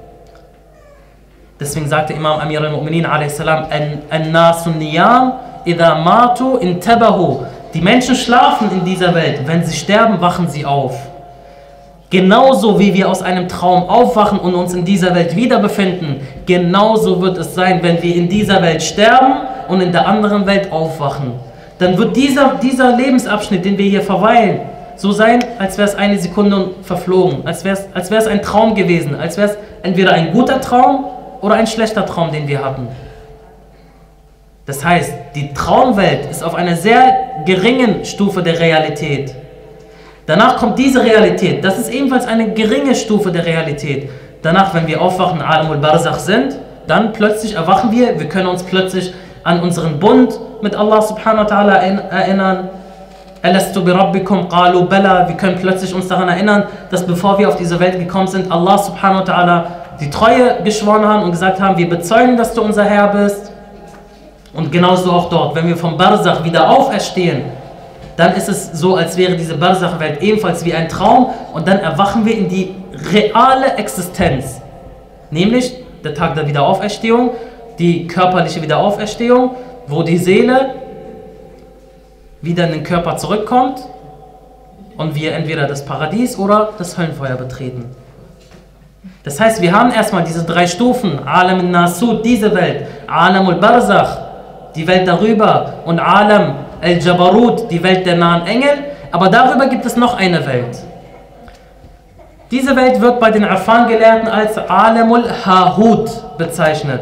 Deswegen sagte Imam Amir al-Mu'minin a s. An-Nasu niyam idha matu intabahu. Die Menschen schlafen in dieser Welt. Wenn sie sterben, wachen sie auf. Genauso wie wir aus einem Traum aufwachen und uns in dieser Welt wieder befinden, genauso wird es sein, wenn wir in dieser Welt sterben und in der anderen Welt aufwachen. Dann wird dieser, dieser Lebensabschnitt, den wir hier verweilen, so sein, als wäre es eine Sekunde verflogen, als wäre es, als wäre es ein Traum gewesen, als wäre es entweder ein guter Traum oder ein schlechter Traum, den wir hatten. Das heißt, die Traumwelt ist auf einer sehr geringen Stufe der Realität. Danach kommt diese Realität, das ist ebenfalls eine geringe Stufe der Realität. Danach, wenn wir aufwachen, Alamul Barzakh sind, dann plötzlich erwachen wir, wir können uns plötzlich an unseren Bund mit Allah subhanahu wa ta'ala erinnern. Alastu bi rabbikum qalu bala. Wir können plötzlich uns daran erinnern, dass bevor wir auf diese Welt gekommen sind, Allah subhanahu wa ta'ala die Treue geschworen haben und gesagt haben, wir bezeugen, dass du unser Herr bist. Und genauso auch dort, wenn wir vom Barzakh wieder auferstehen, dann ist es so, als wäre diese Barzakh-Welt ebenfalls wie ein Traum und dann erwachen wir in die reale Existenz. Nämlich der Tag der Wiederauferstehung, die körperliche Wiederauferstehung, wo die Seele wieder in den Körper zurückkommt und wir entweder das Paradies oder das Höllenfeuer betreten. Das heißt, wir haben erstmal diese drei Stufen, Alam al-Nasut, diese Welt, Alam al-Barzakh, die Welt darüber und Alam al-Jabarut, die Welt der nahen Engel, aber darüber gibt es noch eine Welt. Diese Welt wird bei den Irfan-Gelehrten als Alamul Hahut bezeichnet.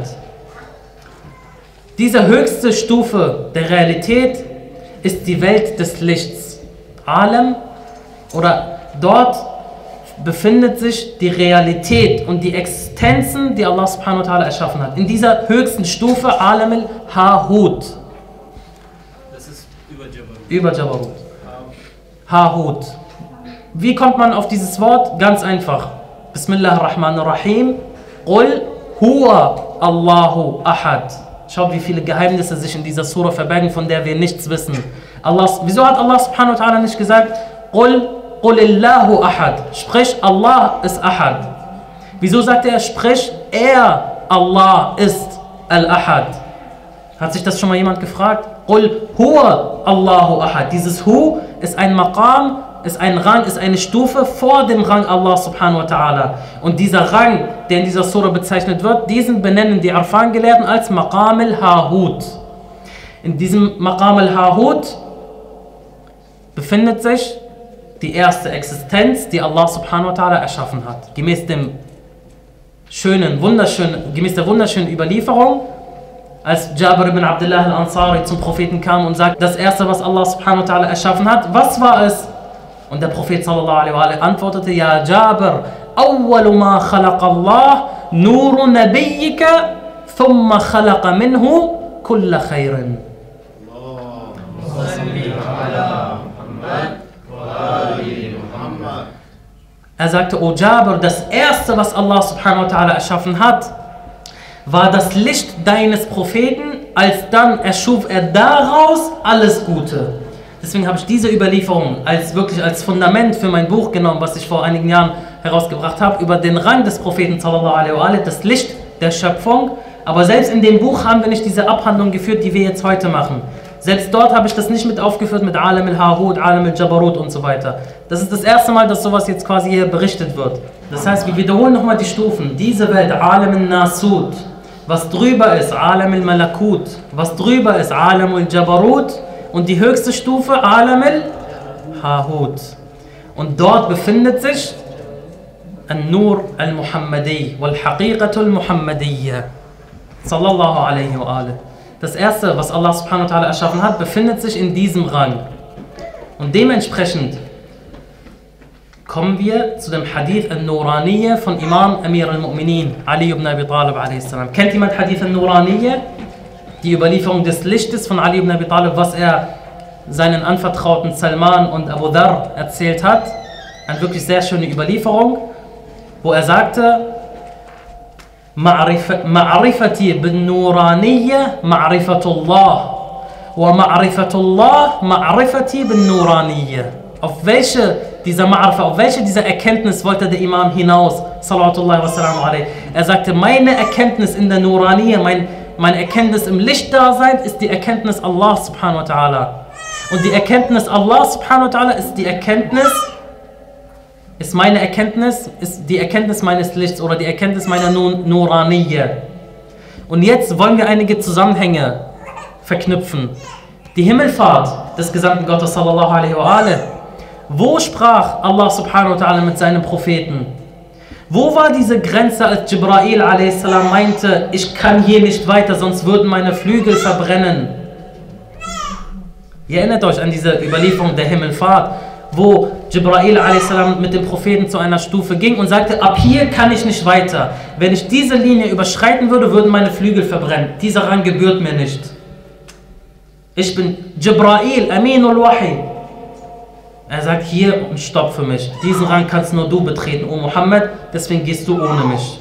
Diese höchste Stufe der Realität ist die Welt des Lichts. Alam, oder dort befindet sich die Realität und die Existenzen, die Allah subhanahu wa ta'ala erschaffen hat. In dieser höchsten Stufe, Alamul Hahut.
Das ist über Jabarut.
Über Jabarut. Hahut. Wie kommt man auf dieses Wort? Ganz einfach. Bismillahirrahmanirrahim. Qul huwa Allahu ahad. Schaut, wie viele Geheimnisse sich in dieser Surah verbergen, von der wir nichts wissen. Allah, wieso hat Allah subhanahu wa ta'ala nicht gesagt, Qul, Qul illahu ahad. Sprich, Allah ist ahad. Wieso sagt er, sprich, er, Allah ist al-ahad. Hat sich das schon mal jemand gefragt? Qul huwa Allahu ahad. Dieses Hu ist ein Maqam, ist ein Rang, ist eine Stufe vor dem Rang Allah subhanahu wa ta'ala. Und dieser Rang, der in dieser Surah bezeichnet wird, diesen benennen die Arfan-Gelehrten als Maqam al-Hahut. In diesem Maqam al-Hahut befindet sich die erste Existenz, die Allah subhanahu wa ta'ala erschaffen hat. Gemäß dem schönen, wunderschönen, gemäß der wunderschönen Überlieferung, als Jabir ibn Abdullah al-Ansari zum Propheten kam und sagt, das erste, was Allah subhanahu wa ta'ala erschaffen hat, was war es? Und der Prophet sallallahu alaihi wa sallam antwortete, Ja Jabir, awwalu ma khalaqa Allah, nuru nabiyyika, thumma khalaqa minhu kulla khairin. Er sagte, O Jabir, das erste, was Allah subhanahu wa ta'ala erschaffen hat, war das Licht deines Propheten, als dann erschuf er daraus alles Gute. Deswegen habe ich diese Überlieferung als wirklich als Fundament für mein Buch genommen, was ich vor einigen Jahren herausgebracht habe, über den Rang des Propheten sallallahu alaihi wa sallam, das Licht der Schöpfung. Aber selbst in dem Buch haben wir nicht diese Abhandlung geführt, die wir jetzt heute machen. Selbst dort habe ich das nicht mit aufgeführt mit Alam al-Hahut, Alam al-Jabarut und so weiter. Das ist das erste Mal, dass sowas jetzt quasi hier berichtet wird. Das heißt, wir wiederholen nochmal die Stufen. Diese Welt, Alam al-Nasut, was drüber ist, Alam al-Malakut, was drüber ist, Alam al-Jabarut, und die höchste Stufe, Alam al-Hahut. Und dort befindet sich An-Nur al-Muhammadi wal-Haqiqatu al-Muhammadiyya. Sallallahu alaihi wa alaihi. Das erste, was Allah subhanahu wa ta'ala erschaffen hat, befindet sich in diesem Rang. Und dementsprechend kommen wir zu dem Hadith al-Nuraniyya von Imam Amir al-Mu'minin, Ali ibn Abi Talib a.s. Kennt jemand Hadith al-Nuraniyya? Die Überlieferung des Lichtes von Ali ibn Abi Talib, was er seinen Anvertrauten Salman und Abu Dharr erzählt hat. Eine wirklich sehr schöne Überlieferung, wo er sagte, Ma'rifati bin Nuraniyya Ma'rifatullah wa Ma'rifatullah Ma'rifati bin Nuraniyya. Auf welche dieser Ma'rifa, auf welche dieser Erkenntnis wollte der Imam hinaus? Salawatullahi wa salamu alayhi. Er sagte, meine Erkenntnis in der Nuraniyya, mein Meine Erkenntnis im Lichtdasein ist die Erkenntnis Allah subhanahu wa ta'ala. Und die Erkenntnis Allah subhanahu wa ta'ala ist die Erkenntnis, ist meine Erkenntnis, ist die Erkenntnis meines Lichts oder die Erkenntnis meiner Nuraniyya. Und jetzt wollen wir einige Zusammenhänge verknüpfen. Die Himmelfahrt des Gesandten Gottes sallallahu alaihi wa alaihi. Wo sprach Allah subhanahu wa ta'ala mit seinem Propheten? Wo war diese Grenze, als Jibrail a s. meinte, ich kann hier nicht weiter, sonst würden meine Flügel verbrennen? Ihr erinnert euch an diese Überlieferung der Himmelfahrt, wo Jibra'il a s. mit dem Propheten zu einer Stufe ging und sagte, ab hier kann ich nicht weiter. Wenn ich diese Linie überschreiten würde, würden meine Flügel verbrennen. Dieser Rang gebührt mir nicht. Ich bin Jibra'il, Aminul Wahi. Er sagt hier und stopp für mich. Diesen Rang kannst nur du betreten, O Muhammad, deswegen gehst du ohne mich.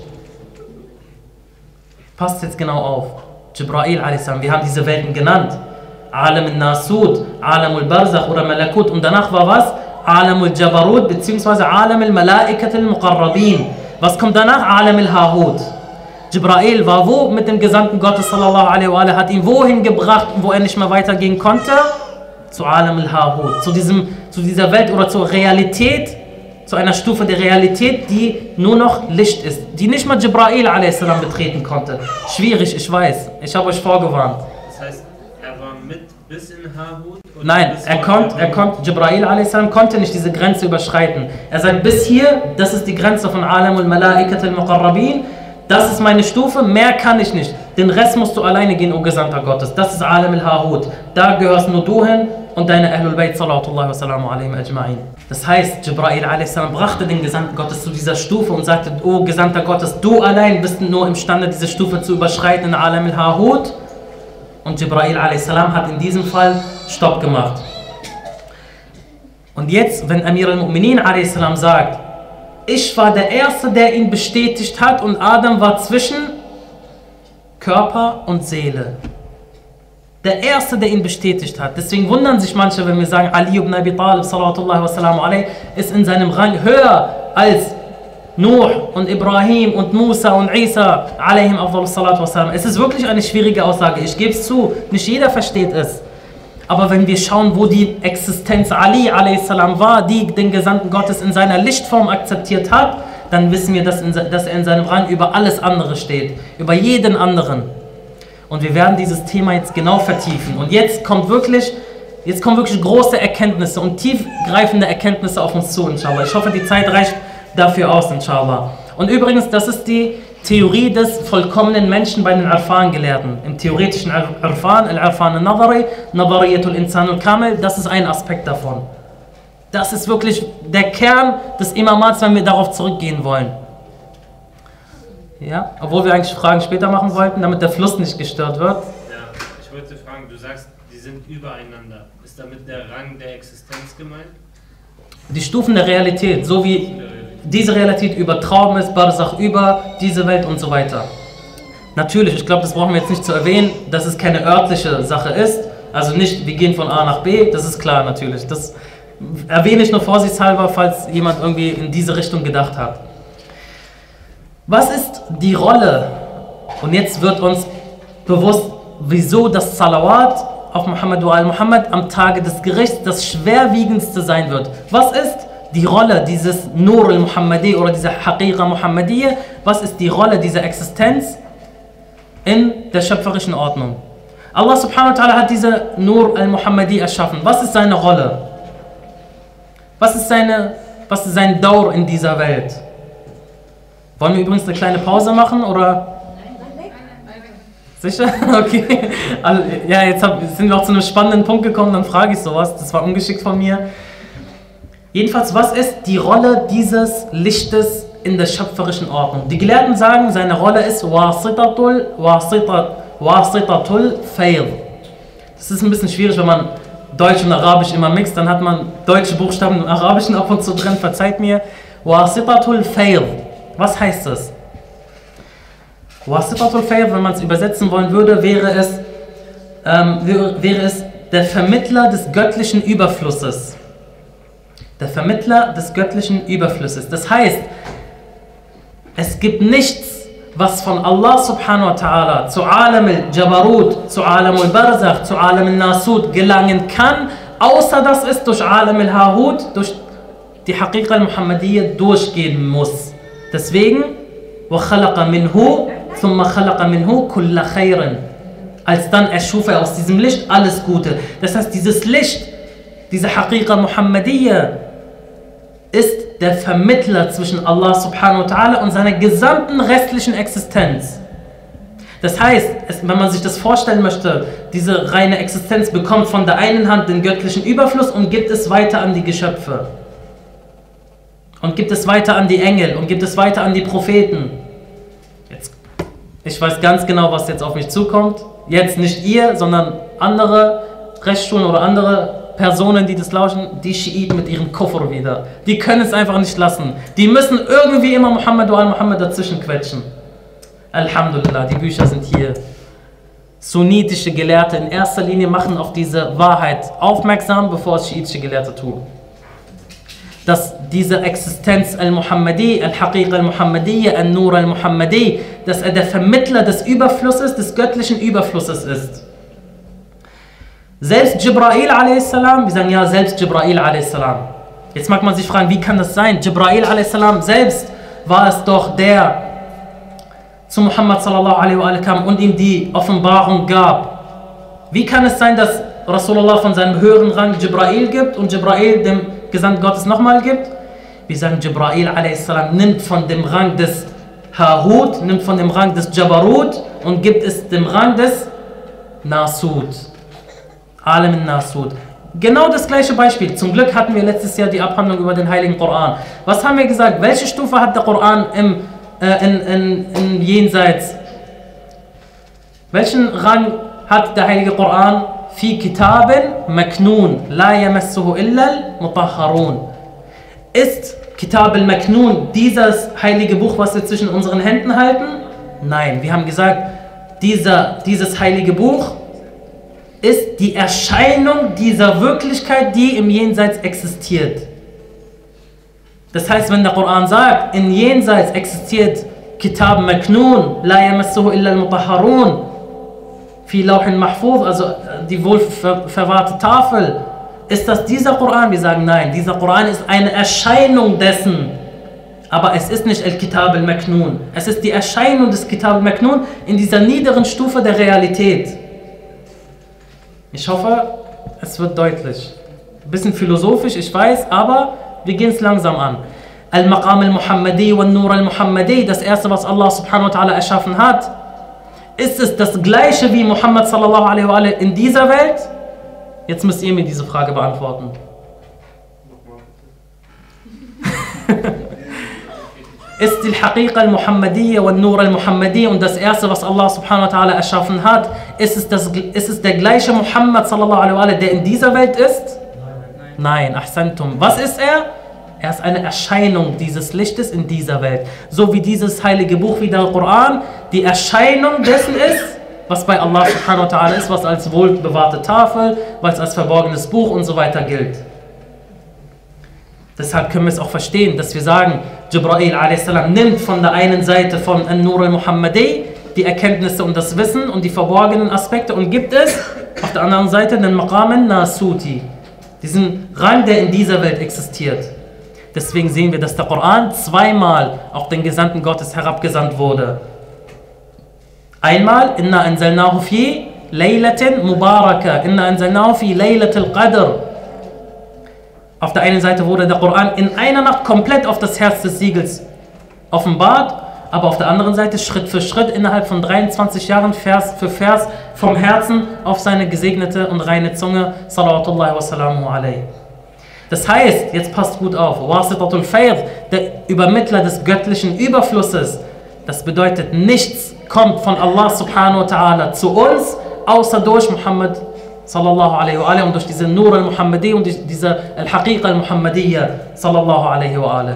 Passt jetzt genau auf. Jibra'il a s. Wir haben diese Welten genannt. Alam al-Nasud, Alam al-Barzakh oder Malakut. Und danach war was? Alam al-Jabarut bzw. Alam al-Malaikat al-Muqarrabin. Was kommt danach? Alam al-Hahut. Jibra'il war wo mit dem Gesandten Gottes sallallahu alaihi wa alaihi, hat ihn wohin gebracht, wo er nicht mehr weitergehen konnte? Zu Alam al-Hahut, zu, diesem, zu dieser Welt oder zur Realität, zu einer Stufe der Realität, die nur noch Licht ist, die nicht mal Jibra'il a s. betreten konnte. Schwierig, ich weiß, ich habe euch vorgewarnt.
Das heißt, er war mit bis in Hahut?
Nein, er konnte, er konnte, Jibra'il a s. konnte nicht diese Grenze überschreiten. Er sagt, bis hier, das ist die Grenze von Alam al-Malaikat al-Muqarrabin, das ist meine Stufe, mehr kann ich nicht. Den Rest musst du alleine gehen, O Gesandter Gottes. Das ist Alam al-Hahut. Da gehörst nur du hin und deine Ahlul Bayt sallallahu wa sallamu alaihim ajma'in. Das heißt, Jibra'il a s. brachte den Gesandten Gottes zu dieser Stufe und sagte, O Gesandter Gottes, du allein bist nur imstande, diese Stufe zu überschreiten in Alam al-Hahut. Und Jibra'il a s. hat in diesem Fall Stopp gemacht. Und jetzt, wenn Amir al-Mu'minin a s. sagt, ich war der Erste, der ihn bestätigt hat und Adam war zwischen Körper und Seele. Der Erste, der ihn bestätigt hat. Deswegen wundern sich manche, wenn wir sagen, Ali ibn Abi Talib sallallahu wa sallamu alayhi ist in seinem Rang höher als Nuh und Ibrahim und Musa und Isa alayhim afdalus salatu wassalam. Es ist wirklich eine schwierige Aussage, ich gebe es zu, nicht jeder versteht es. Aber wenn wir schauen, wo die Existenz Ali alayhis salam war, die den Gesandten Gottes in seiner Lichtform akzeptiert hat, dann wissen wir, dass, in, dass er in seinem Rang über alles andere steht, über jeden anderen. Und wir werden dieses Thema jetzt genau vertiefen. Und jetzt kommt wirklich, jetzt kommen wirklich große Erkenntnisse und tiefgreifende Erkenntnisse auf uns zu, inshallah. Ich hoffe, die Zeit reicht dafür aus, inshallah. Und übrigens, das ist die Theorie des vollkommenen Menschen bei den Arfan-Gelehrten. Im theoretischen Arfan, Al-Arfan al-Nadari, Nadariyatul Insan al-Kamil, das ist ein Aspekt davon. Das ist wirklich der Kern des Imamats, wenn wir darauf zurückgehen wollen. Ja, obwohl wir eigentlich Fragen später machen wollten, damit der Fluss nicht gestört wird.
Ja, ich wollte fragen, du sagst, die sind übereinander. Ist damit der Rang der Existenz gemeint?
Die Stufen der Realität, so wie diese Realität über Traum ist, Barzakh über diese Welt und so weiter. Natürlich, ich glaube, das brauchen wir jetzt nicht zu erwähnen, dass es keine örtliche Sache ist. Also nicht, wir gehen von A nach B, das ist klar natürlich. Das erwähne ich nur vorsichtshalber, falls jemand irgendwie in diese Richtung gedacht hat. Was ist die Rolle? Und jetzt wird uns bewusst, wieso das Salawat auf Muhammad wa al-Muhammad am Tage des Gerichts das schwerwiegendste sein wird. Was ist die Rolle dieses Nur al-Muhammadi oder dieser Haqiqa Muhammadiyya? Was ist die Rolle dieser Existenz in der schöpferischen Ordnung? Allah subhanahu wa ta'ala hat diese Nur al-Muhammadi erschaffen. Was ist seine Rolle? Was ist, seine, was ist sein Daur in dieser Welt? Wollen wir übrigens eine kleine Pause machen oder? Sicher? Okay. Also, ja, jetzt hab, sind wir auch zu einem spannenden Punkt gekommen, dann frage ich sowas. Das war ungeschickt von mir. Jedenfalls, was ist die Rolle dieses Lichtes in der schöpferischen Ordnung? Die Gelehrten sagen, seine Rolle ist Wasitatul, Wasitat, Wasitatul Fayd. Das ist ein bisschen schwierig, wenn man Deutsch und Arabisch immer mixt, dann hat man deutsche Buchstaben im Arabischen ab und zu drin, verzeiht mir. Wasitatul Fayd. Was heißt das? Wasitatul Fayd, wenn man es übersetzen wollen würde, wäre es, ähm, wäre, wäre es der Vermittler des göttlichen Überflusses. Der Vermittler des göttlichen Überflusses. Das heißt, es gibt nichts, was von Allah subhanahu wa ta'ala zu Alam al-Jabarut, zu Alam al-Barzakh, zu Alam al-Nasud gelangen kann, außer dass es durch Alam al-Hahut, durch die Haqiqa al-Muhammadiyya durchgehen muss. Deswegen, وَخَلَقَ مِنْهُ ثُمَّ خَلَقَ مِنْهُ كُلَّ خَيْرٍ. Als dann erschuf er aus diesem Licht alles Gute. Das heißt, dieses Licht, diese Haqiqa Muhammadiyya, ist der Vermittler zwischen Allah subhanahu wa ta'ala und seiner gesamten restlichen Existenz. Das heißt, es, wenn man sich das vorstellen möchte, diese reine Existenz bekommt von der einen Hand den göttlichen Überfluss und gibt es weiter an die Geschöpfe. Und gibt es weiter an die Engel und gibt es weiter an die Propheten. Jetzt, ich weiß ganz genau, was jetzt auf mich zukommt. Jetzt nicht ihr, sondern andere Rechtsschulen oder andere Personen, die das lauschen, die Schiiten mit ihrem Kufr wieder. Die können es einfach nicht lassen. Die müssen irgendwie immer Muhammad wa al-Muhammad dazwischen quetschen. Alhamdulillah, die Bücher sind hier. Sunnitische Gelehrte in erster Linie machen auf diese Wahrheit aufmerksam, bevor es schiitische Gelehrte tun. Dass diese Existenz al-Muhammadi, al-Haqiqa al-Muhammadiyya, al-Nur al-Muhammadi, dass er der Vermittler des Überflusses, des göttlichen Überflusses ist. Selbst Jibrail a s, wir sagen ja selbst Jibrail a s. Jetzt mag man sich fragen, wie kann das sein? Jibrail a s selbst war es doch, der zu Muhammad sallallahu alaihi wa kam und ihm die Offenbarung gab. Wie kann es sein, dass Rasulullah von seinem höheren Rang Jibrail gibt und Jibrail dem Gesandten Gottes nochmal gibt? Wir sagen, Jibrail a s nimmt von dem Rang des Harut, nimmt von dem Rang des Jabarut und gibt es dem Rang des Nasud. Alim Nasud. Genau das gleiche Beispiel. Zum Glück hatten wir letztes Jahr die Abhandlung über den Heiligen Koran. Was haben wir gesagt? Welche Stufe hat der Koran im, äh, in, in, in Jenseits? Welchen Rang hat der Heilige Koran? Fi Kitabin Maknun, la yamassuhu illa al-Mutahharun. Ist Kitab al-Maknun dieses heilige Buch, was wir zwischen unseren Händen halten? Nein, wir haben gesagt, dieser, dieses heilige Buch ist die Erscheinung dieser Wirklichkeit, die im Jenseits existiert. Das heißt, wenn der Koran sagt, in Jenseits existiert Kitab Maknun, la yamassuhu illa al-Mutahharun, fi Lawhin Mahfuz, also die wohl ver verwahrte Tafel, ist das dieser Koran? Wir sagen nein, dieser Koran ist eine Erscheinung dessen, aber es ist nicht Al-Kitab al-Maknun. Es ist die Erscheinung des Kitab al-Maknun in dieser niederen Stufe der Realität. Ich hoffe, es wird deutlich. Ein bisschen philosophisch, ich weiß, aber wir gehen es langsam an. Al-Maqam al-Muhammadi wa Nur al-Muhammadi, das erste, was Allah subhanahu wa ta'ala erschaffen hat, ist es das gleiche wie Muhammad sallallahu alaihi wa alaihi in dieser Welt? Jetzt müsst ihr mir diese Frage beantworten. Ist die Haqiqa al-Muhammadiyya und Nur al-Muhammadiyya und das erste, was Allah subhanahu wa ta'ala erschaffen hat, ist es, das, ist es der gleiche Muhammad sallallahu alaihi wa alaihi, der in dieser Welt ist? Nein, ahsantum. Was ist er? Er ist eine Erscheinung dieses Lichtes in dieser Welt. So wie dieses heilige Buch wie der Koran die Erscheinung dessen ist, was bei Allah subhanahu wa ta'ala ist, was als wohlbewahrte Tafel, was als verborgenes Buch und so weiter gilt. Deshalb können wir es auch verstehen, dass wir sagen, Jibrail a s nimmt von der einen Seite von An-Nur al-Muhammadi die Erkenntnisse und das Wissen und die verborgenen Aspekte und gibt es auf der anderen Seite den Maqam al-Nasuti, diesen Rang, der in dieser Welt existiert. Deswegen sehen wir, dass der Koran zweimal auf den Gesandten Gottes herabgesandt wurde. Einmal, Inna anzalnahu fi laylatin mubaraka, Inna anzalnahu fi laylatil qadr. Auf der einen Seite wurde der Koran in einer Nacht komplett auf das Herz des Siegels offenbart, aber auf der anderen Seite Schritt für Schritt innerhalb von dreiundzwanzig Jahren Vers für Vers vom Herzen auf seine gesegnete und reine Zunge, salawatullahi wa salamu alayhi. Das heißt, jetzt passt gut auf, Wasitatul Fayd, der Übermittler des göttlichen Überflusses, das bedeutet, nichts kommt von Allah subhanahu wa ta'ala zu uns, außer durch Muhammad sallallahu alaihi wa alaihi und durch diese Nur al-Muhammadi und diese Al-Haqiqa al-Muhammadiyya sallallahu alaihi wa alaihi.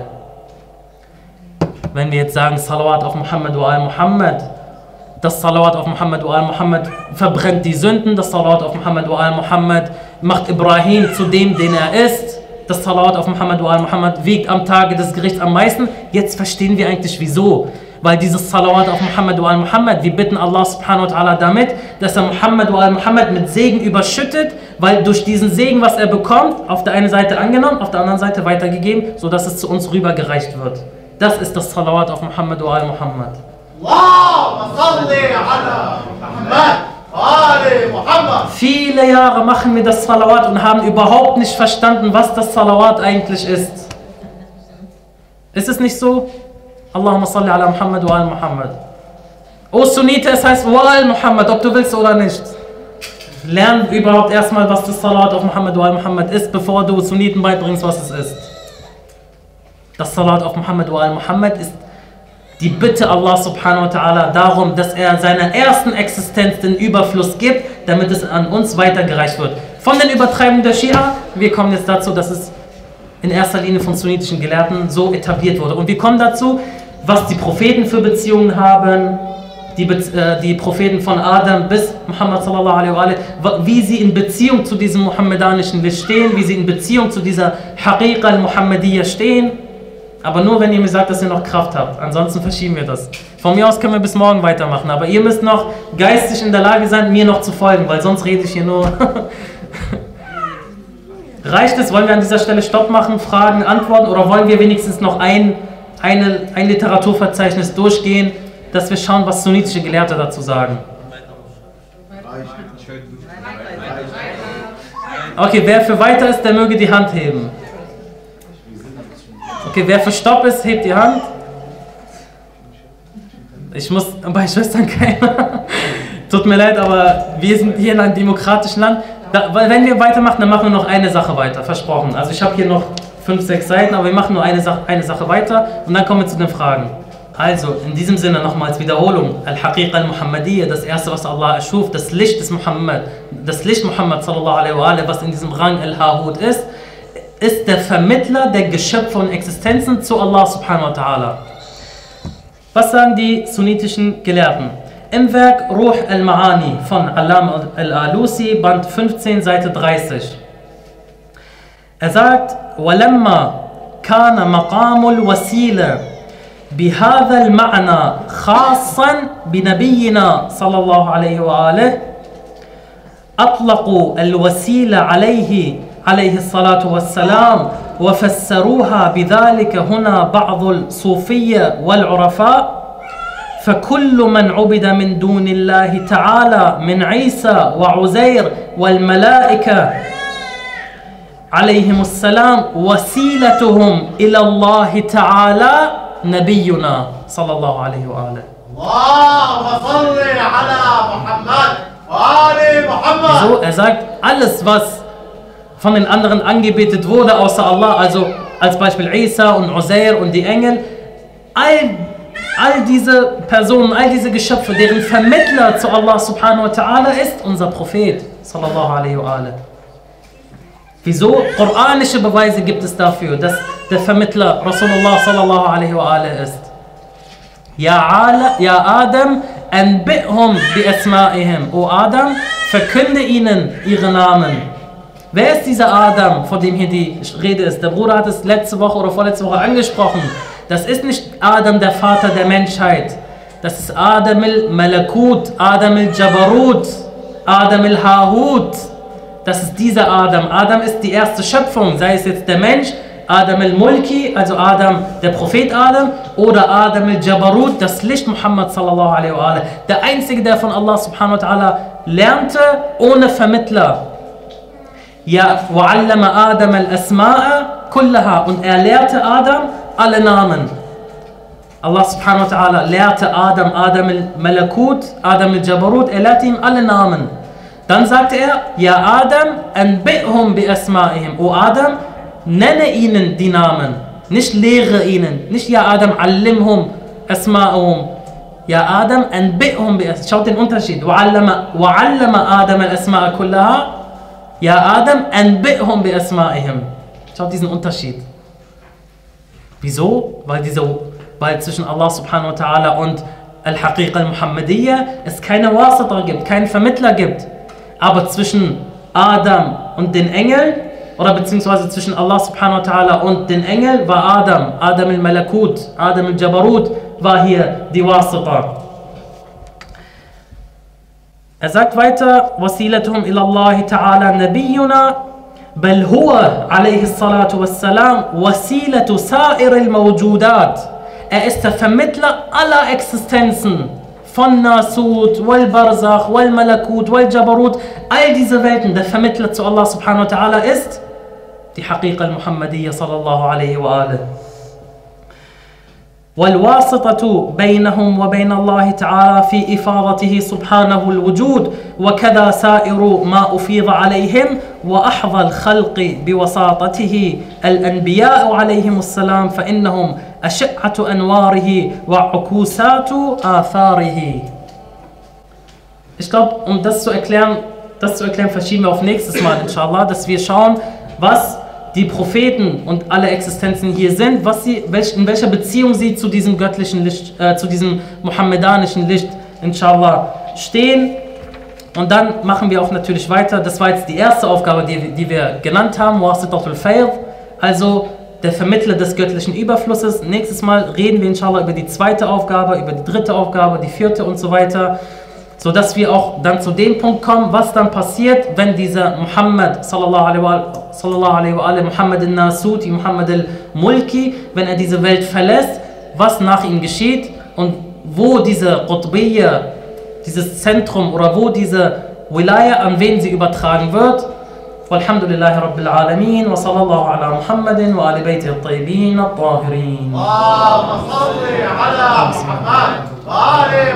Wenn wir jetzt sagen Salawat auf Muhammad wa al-Muhammad, das Salawat auf Muhammad wa al-Muhammad verbrennt die Sünden, das Salawat auf Muhammad wa al-Muhammad macht Ibrahim zu dem, den er ist, das Salawat auf Muhammad wa al-Muhammad wiegt am Tage des Gerichts am meisten. Jetzt verstehen wir eigentlich wieso. Weil dieses Salawat auf Muhammad wa al-Muhammad, wir bitten Allah subhanahu wa ta'ala damit, dass er Muhammad wa al-Muhammad mit Segen überschüttet, weil durch diesen Segen, was er bekommt, auf der einen Seite angenommen, auf der anderen Seite weitergegeben, sodass es zu uns rübergereicht wird. Das ist das Salawat auf Muhammad wa al-Muhammad.
Allahumma salli ala Muhammad wa ali Muhammad.
Viele Jahre machen wir das Salawat und haben überhaupt nicht verstanden, was das Salawat eigentlich ist. Ist es nicht so? Allahumma salli ala Muhammad wa ala Muhammad. O Sunnite, es heißt Wa al-Muhammad, ob du willst oder nicht. Lern überhaupt erstmal, was das Salat auf Muhammad wa al-Muhammad ist, bevor du Sunniten beibringst, was es ist. Das Salat auf Muhammad wa al-Muhammad ist die Bitte Allah subhanahu wa ta'ala darum, dass er seiner ersten Existenz den Überfluss gibt, damit es an uns weitergereicht wird. Von den Übertreibungen der Schia, wir kommen jetzt dazu, dass es in erster Linie von sunnitischen Gelehrten so etabliert wurde. Und wir kommen dazu, was die Propheten für Beziehungen haben, die, äh, die Propheten von Adam bis Muhammad sallallahu alaihi wa alaihi, wie sie in Beziehung zu diesem muhammedanischen Licht stehen, wie sie in Beziehung zu dieser Haqiqa al-Muhammadiyya stehen. Aber nur, wenn ihr mir sagt, dass ihr noch Kraft habt. Ansonsten verschieben wir das. Von mir aus können wir bis morgen weitermachen. Aber ihr müsst noch geistig in der Lage sein, mir noch zu folgen, weil sonst rede ich hier nur. Reicht es? Wollen wir an dieser Stelle Stopp machen, Fragen, Antworten? Oder wollen wir wenigstens noch ein, eine, ein Literaturverzeichnis durchgehen, dass wir schauen, was sunnitische Gelehrte dazu sagen? Okay, wer für weiter ist, der möge die Hand heben. Okay, wer für Stopp ist, hebt die Hand. Ich muss bei Schwestern keiner. Tut mir leid, aber wir sind hier in einem demokratischen Land. Da, weil wenn wir weitermachen, dann machen wir noch eine Sache weiter, versprochen. Also ich habe hier noch fünf, sechs Seiten, aber wir machen nur eine Sache, eine Sache weiter und dann kommen wir zu den Fragen. Also, in diesem Sinne nochmals Wiederholung. Al-Haqiqa al-Muhammadiyya, das erste, was Allah erschuf, das Licht des Muhammad, das Licht Muhammad sallallahu alaihi wa alaihi, was in diesem Rang Al-Hahut ist, ist der Vermittler der Geschöpfe und Existenzen zu Allah subhanahu wa ta'ala. Was sagen die sunnitischen Gelehrten? Im Werk Ruh al-Ma'ani von Alam al-Alusi, Band fünfzehn, Seite dreißig. Er sagt, وَلَمَّا كَانَ مَقَامُ الْوَسِيلَ بهذا المعنى خاصا بنبينا صلى الله عليه وآله أطلقوا الوسيلة عليه عليه الصلاة والسلام وفسروها بذلك هنا بعض الصوفية والعرفاء فكل من عبد من دون الله تعالى من عيسى وعزير والملائكة عليهم السلام وسيلتهم إلى الله تعالى نبينا صلى الله عليه وآله.
اللهم صل على محمد وآل محمد.
So, er sagt, alles was von den anderen angebetet wurde außer Allah, also als Beispiel Isa und Uzair und die Engel, all, all diese Personen, all diese Geschöpfe, deren Vermittler zu Allah subhanahu wa ta'ala ist unser Prophet sallallahu alaihi wa alaihi. Wieso? Koranische Beweise gibt es dafür, dass der Vermittler Rasulullah sallallahu alaihi wa alaihi ist. Ja, Ala, ja Adam, anbi'hum bi asma'ihim. O Adam, verkünde ihnen ihre Namen. Wer ist dieser Adam, von dem hier die Rede ist? Der Bruder hat es letzte Woche oder vorletzte Woche angesprochen. Das ist nicht Adam, der Vater der Menschheit. Das ist Adam al-Malakut, Adam al-Jabarut, Adam al-Hahut. Das ist dieser Adam. Adam ist die erste Schöpfung, sei es jetzt der Mensch, Adam al-Mulki, also Adam, der Prophet Adam, oder Adam al-Jabarut, das Licht Muhammad sallallahu alaihi wa alaihi. Der Einzige, der von Allah subhanahu wa ta'ala lernte, ohne Vermittler. Ja, wa'allama Adam al-Asma'a kullaha. Und er lehrte Adam alle Namen. Allah subhanahu wa ta'ala lehrte Adam, Adam al-Malakut, Adam al-Jabarut, er lehrte ihm alle Namen. Dann sagte er, ja Adam, anbi'hum bi asma'ihim. O Adam, nenne ihnen die Namen. Nicht lehre ihnen. Nicht ja Adam, allimhum asma'ahum. Ja Adam, anbi'hum bi asma'ihim. Schaut den Unterschied. Wa'allama Adam al-Asma'a kullaha. Ja Adam, anbi'hum bi asma'ihim. Schaut diesen Unterschied. Wieso? Weil, diese, weil zwischen Allah subhanahu wa ta'ala und Al-Haqiqa al-Muhammadiyya es keine Wasita gibt, keinen Vermittler gibt. Aber zwischen Adam und den Engeln, oder beziehungsweise zwischen Allah subhanahu wa ta'ala und den Engeln, war Adam, Adam al-Malakut, Adam al-Jabarut, war hier die Wasita. Er sagt weiter, وَسِيلَتُهُمْ إِلَى اللَّهِ تَعَالَى نَبِيُّنَا بَلْ هُوَ عَلَيْهِ الصَّلَاةُ وَالسَّلَامُ وَسِيلَةُ سَائِرِ الْمَوْجُودَاتِ. Er ist der Vermittler aller Existenzen. Von Nasut, Wal Barzakh, Wal Malakut, Wal Jabarut, all diese Welten, der Vermittler zu Allah subhanahu wa ta'ala ist die Haqiqa al-Muhammadiyya sallallahu alaihi wa alaihi. والواسطة بينهم وبين الله تعالى في إفاضته سبحانه الوجود وكذا سائر ما أفيض عليهم وأحظى الخلق بوساطته الأنبياء عليهم السلام فإنهم أشعة أنواره وعكوسات آثاره. Ich glaube, um das zu erklären, das zu erklären, verschieben wir auf nächstes Mal, inshallah, dass wir schauen, was die Propheten und alle Existenzen hier sind, was sie, welch, in welcher Beziehung sie zu diesem göttlichen Licht, äh, zu diesem mohammedanischen Licht, inshallah, stehen. Und dann machen wir auch natürlich weiter. Das war jetzt die erste Aufgabe, die, die wir genannt haben, Wasitatul Fayd, also der Vermittler des göttlichen Überflusses. Nächstes Mal reden wir inshallah über die zweite Aufgabe, über die dritte Aufgabe, die vierte und so weiter, sodass wir auch dann zu dem Punkt kommen, was dann passiert, wenn dieser Muhammad, sallallahu alaihi wa sallam, Muhammad al-Nasuti, Muhammad al-Mulki, wenn er diese Welt verlässt, was nach ihm geschieht und wo diese Qutbiyya, dieses Zentrum oder wo diese Wilaya, an wen sie übertragen wird. Walhamdulillahi Rabbil Alameen wa sallallahu ala Muhammadin wa ali bayti at-tayyibin at-tahirin.
اللهم صل على محمد وآل